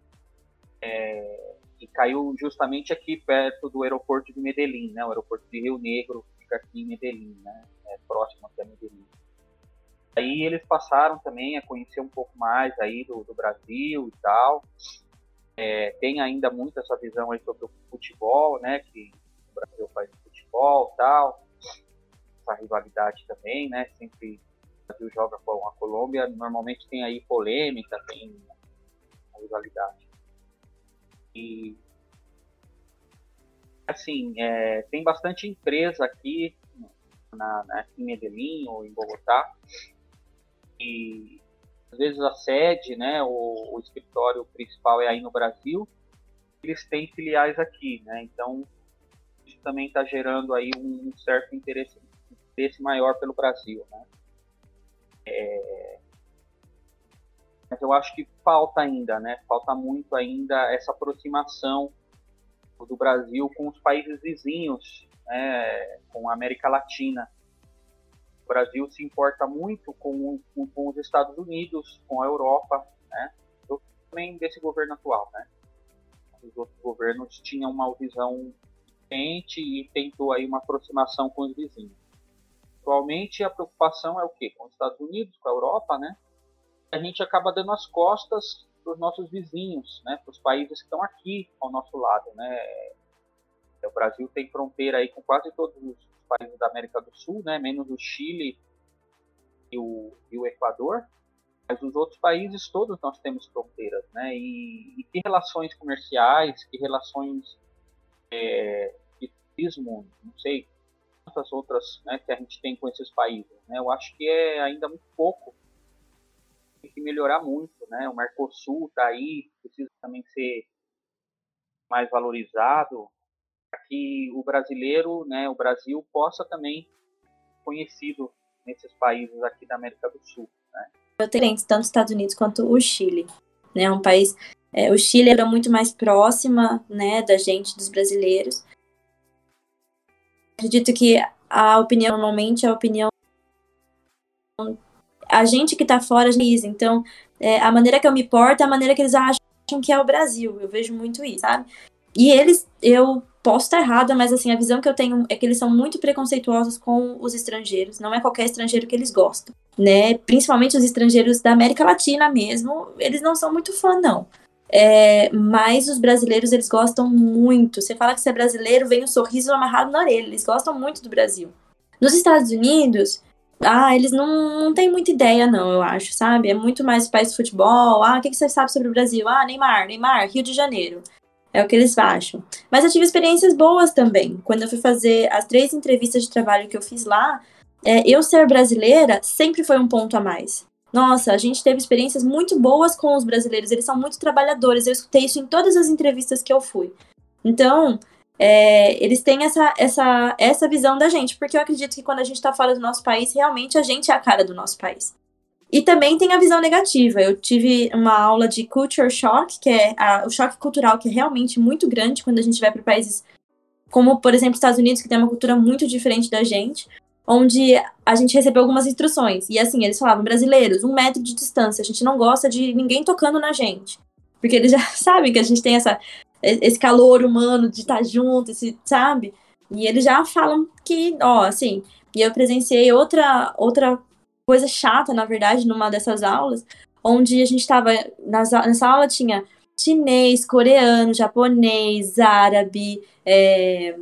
É, e caiu justamente aqui perto do aeroporto de Medellín, né? O aeroporto de Rio Negro fica aqui em Medellín, né? É próximo até Medellín. Aí eles passaram também a conhecer um pouco mais aí do, do Brasil e tal. É, tem ainda muito essa visão aí sobre o futebol, né? Que o Brasil faz futebol e tal. Essa rivalidade também, né? Sempre o Brasil joga com a Colômbia, normalmente tem aí polêmica, tem a rivalidade. E, assim, é, tem bastante empresa aqui, na, na, aqui em Medellín ou em Bogotá, e às vezes a sede, né, o, o escritório principal é aí no Brasil, eles têm filiais aqui, né, então isso também está gerando aí um certo interesse, interesse maior pelo Brasil, né. É, mas eu acho que falta ainda, né, falta muito ainda essa aproximação do Brasil com os países vizinhos, né, com a América Latina. O Brasil se importa muito com, com, com os Estados Unidos, com a Europa, né? Eu também desse governo atual, né? Os outros governos tinham uma visão diferente e tentou aí uma aproximação com os vizinhos. Atualmente a preocupação é o quê? Com os Estados Unidos, com a Europa, né? A gente acaba dando as costas para os nossos vizinhos, né? Para os países que estão aqui ao nosso lado, né? O Brasil tem fronteira aí com quase todos os países da América do Sul, né, menos o Chile e o, e o Equador, mas os outros países todos nós temos fronteiras, né, e, e que relações comerciais, que relações é, de turismo, não sei quantas outras, né, que a gente tem com esses países, né, eu acho que é ainda muito pouco, tem que melhorar muito, né, o Mercosul está aí, precisa também ser mais valorizado, para que o brasileiro, né, o Brasil, possa também ser conhecido nesses países aqui da América do Sul. Né? Eu tenho tanto os Estados Unidos quanto o Chile. Né, um país, é, o Chile era muito mais próxima, né, da gente, dos brasileiros. Acredito que a opinião, normalmente, a opinião... A gente que está fora diz, então, é, a maneira que eu me porto é a maneira que eles acham que é o Brasil. Eu vejo muito isso, sabe? E eles, eu posso estar errada, mas assim, a visão que eu tenho é que eles são muito preconceituosos com os estrangeiros. Não é qualquer estrangeiro que eles gostam, né? Principalmente os estrangeiros da América Latina mesmo, eles não são muito fã, não. É, mas os brasileiros, eles gostam muito. Você fala que você é brasileiro, vem um sorriso amarrado na orelha. Eles gostam muito do Brasil. Nos Estados Unidos, ah, eles não, não têm muita ideia, não, eu acho, sabe? É muito mais país de futebol. Ah, o que, que você sabe sobre o Brasil? Ah, Neymar, Neymar, Rio de Janeiro. É o que eles acham. Mas eu tive experiências boas também. Quando eu fui fazer as três entrevistas de trabalho que eu fiz lá, é, eu ser brasileira sempre foi um ponto a mais. Nossa, a gente teve experiências muito boas com os brasileiros. Eles são muito trabalhadores. Eu escutei isso em todas as entrevistas que eu fui. Então, é, eles têm essa, essa, essa visão da gente. Porque eu acredito que quando a gente está fora do nosso país, realmente a gente é a cara do nosso país. E também tem a visão negativa. Eu tive uma aula de culture shock, que é a, o choque cultural, que é realmente muito grande quando a gente vai para países como, por exemplo, Estados Unidos, que tem uma cultura muito diferente da gente, onde a gente recebeu algumas instruções. E assim, eles falavam, brasileiros, um metro de distância, a gente não gosta de ninguém tocando na gente. Porque eles já sabem que a gente tem essa, esse calor humano de estar junto, esse, sabe? E eles já falam que, ó, assim... E eu presenciei outra... outra coisa chata, na verdade, numa dessas aulas, onde a gente estava, nessa aula tinha chinês, coreano, japonês, árabe, é,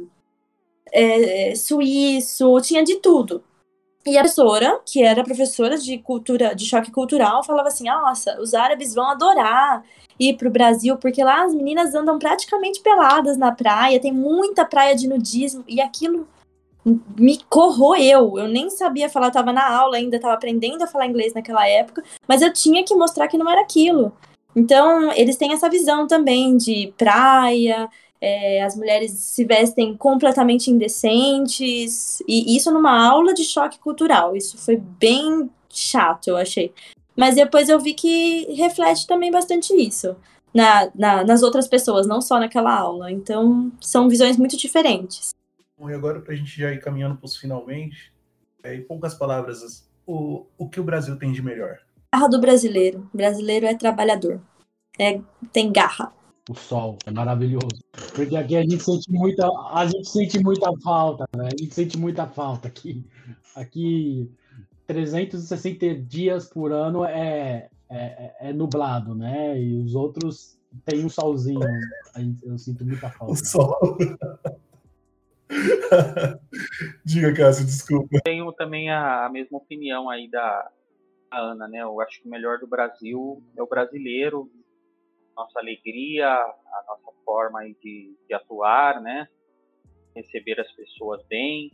é, suíço, tinha de tudo. E a professora, que era professora de cultura, de choque cultural, falava assim, nossa, os árabes vão adorar ir pro Brasil, porque lá as meninas andam praticamente peladas na praia, tem muita praia de nudismo, e aquilo me corroeu, eu nem sabia falar, eu tava na aula ainda, tava aprendendo a falar inglês naquela época, mas eu tinha que mostrar que não era aquilo. Então, eles têm essa visão também de praia, é, as mulheres se vestem completamente indecentes, e isso numa aula de choque cultural, isso foi bem chato, eu achei. Mas depois eu vi que reflete também bastante isso na, na, nas outras pessoas, não só naquela aula. Então, são visões muito diferentes. Bom, e agora, para a gente já ir caminhando para os finalmente, é, em poucas palavras, o, o que o Brasil tem de melhor? Garra do brasileiro. O brasileiro é trabalhador. É, tem garra. O sol é maravilhoso. Porque aqui a gente sente muita, a gente sente muita falta, né? A gente sente muita falta aqui. Aqui, trezentos e sessenta dias por ano é, é, é nublado, né? E os outros tem um solzinho. Eu sinto muita falta. O sol. Diga, Cássio, desculpa. Tenho também a, a mesma opinião aí da Ana, né? Eu acho que o melhor do Brasil é o brasileiro, nossa alegria, a nossa forma aí de, de atuar, né? Receber as pessoas bem.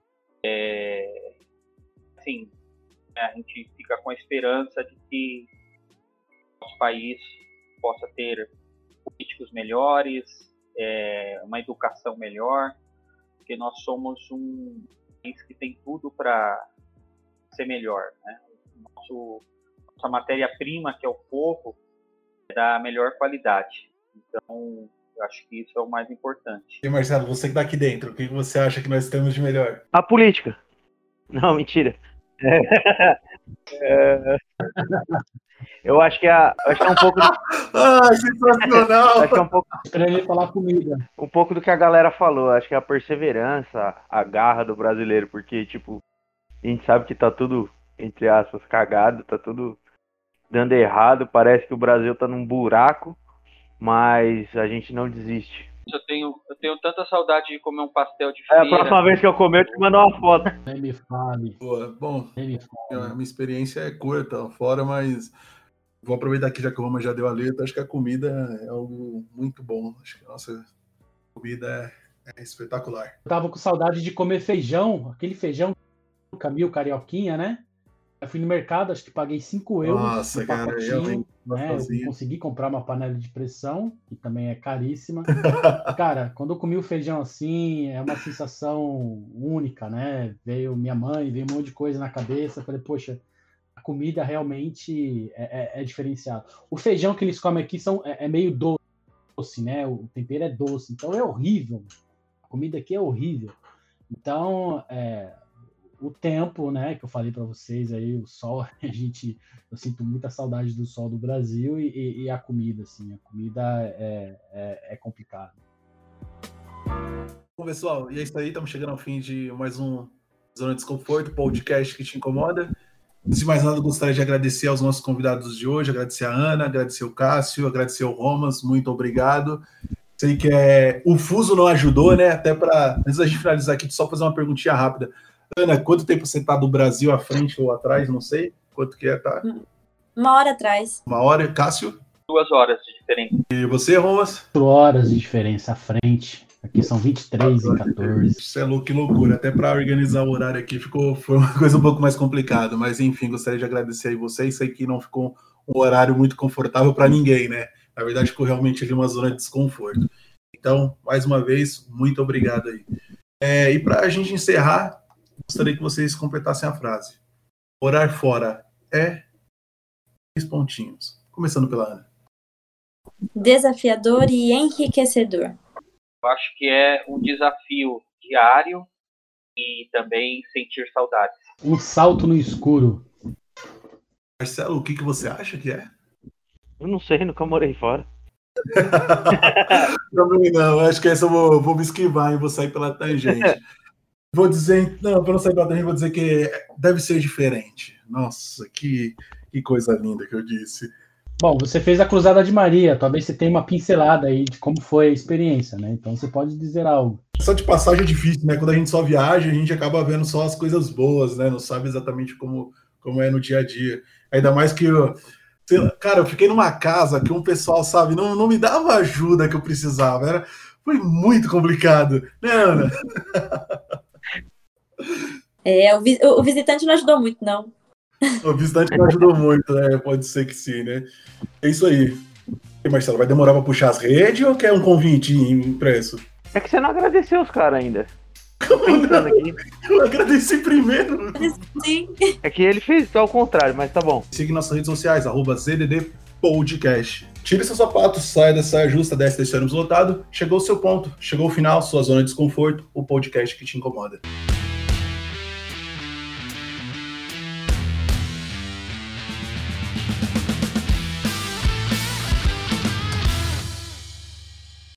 É, assim, a gente fica com a esperança de que nosso país possa ter políticos melhores, é, uma educação melhor, porque nós somos um país que tem tudo para ser melhor, né? Nosso, nossa matéria-prima, que é o povo, é da melhor qualidade. Então, eu acho que isso é o mais importante. E Marcelo, você que está aqui dentro, o que você acha que nós temos de melhor? A política. Não, mentira. É... É... Eu acho que, é, acho que é um pouco... Do... Ah, sensacional! Acho que é um pouco... Pra ele falar comida. Um pouco do que a galera falou. Acho que é a perseverança, a garra do brasileiro, porque, tipo, a gente sabe que tá tudo, entre aspas, cagado, tá tudo dando errado, parece que o Brasil tá num buraco, mas a gente não desiste. Eu tenho, eu tenho tanta saudade de comer um pastel de É, feira. a próxima vez que eu comer, eu te mando uma foto. Nem me fale. Boa. Bom, Nem me fale. a minha experiência é curta lá fora, mas vou aproveitar aqui, já que o Roma já deu a letra, acho que a comida é algo muito bom. Acho que a nossa comida é, é espetacular. Eu tava com saudade de comer feijão, aquele feijão Camil Carioquinha, né? Eu fui no mercado, acho que paguei cinco euros Nossa, no cara, pacotinho, realmente, né? Eu gostosinho. consegui comprar uma panela de pressão, que também é caríssima. Cara, quando eu comi o feijão assim, é uma sensação única, né? Veio minha mãe, veio um monte de coisa na cabeça. Falei, poxa, a comida realmente é, é, é diferenciada. O feijão que eles comem aqui são, é, é meio doce, né? O tempero é doce, então é horrível. A comida aqui é horrível. Então, é, o tempo, né, que eu falei para vocês aí, o sol, a gente, eu sinto muita saudade do sol do Brasil e, e, e a comida, assim, a comida é, é, é complicada. Bom, pessoal, e é isso aí, estamos chegando ao fim de mais um Zona de Desconforto, podcast que te incomoda. Antes de mais nada, eu gostaria de agradecer aos nossos convidados de hoje, agradecer a Ana, agradecer o Cássio, agradecer o Romas, muito obrigado. Sei que é... o fuso não ajudou, né, até para, antes da gente finalizar aqui, só fazer uma perguntinha rápida. Ana, quanto tempo você está do Brasil à frente ou atrás? Não sei. Quanto que é, tá? Uma hora atrás. Uma hora. Cássio? Duas horas de diferença. E você, Romas? Quatro horas de diferença à frente. Aqui são vinte e três e quatorze. Isso é louco, que loucura. Até para organizar o horário aqui ficou, foi uma coisa um pouco mais complicada. Mas, enfim, gostaria de agradecer aí vocês. Sei que não ficou um horário muito confortável para ninguém, né? Na verdade, ficou realmente ali uma zona de desconforto. Então, mais uma vez, muito obrigado aí. É, e para a gente encerrar, gostaria que vocês completassem a frase. Orar fora é... Três pontinhos. Começando pela Ana. Desafiador e enriquecedor. Eu acho que é um desafio diário e também sentir saudades. Um salto no escuro. Marcelo, o que, que você acha que é? Eu não sei, nunca morei fora. Também não, acho que essa eu vou, vou me esquivar e vou sair pela tangente. Vou dizer, não, para não sair pela tangente, vou dizer que deve ser diferente. Nossa, que, que coisa linda que eu disse. Bom, você fez a Cruzada de Maria, talvez você tenha uma pincelada aí de como foi a experiência, né? Então você pode dizer algo. Só de passagem é difícil, né? Quando a gente só viaja, a gente acaba vendo só as coisas boas, né? Não sabe exatamente como, como é no dia a dia. Ainda mais que, eu, cara, eu fiquei numa casa que um pessoal, sabe, não, não me dava a ajuda que eu precisava. Era, foi muito complicado, né, Ana? É, o, vi- o visitante não ajudou muito, não. O visitante não ajudou muito, né? Pode ser que sim, né? É isso aí. E Marcelo, vai demorar para puxar as redes ou quer um convite impresso? É que você não agradeceu os caras ainda. Tô pensando aqui. Eu agradeci primeiro. Sim. É que ele fez ao contrário, mas tá bom. Siga nossas redes sociais, arroba Z D D Podcast. Tire seus sapatos, saia dessa saia justa, desce desse ônibus lotado. Chegou o seu ponto, chegou o final, sua zona de desconforto, o podcast que te incomoda.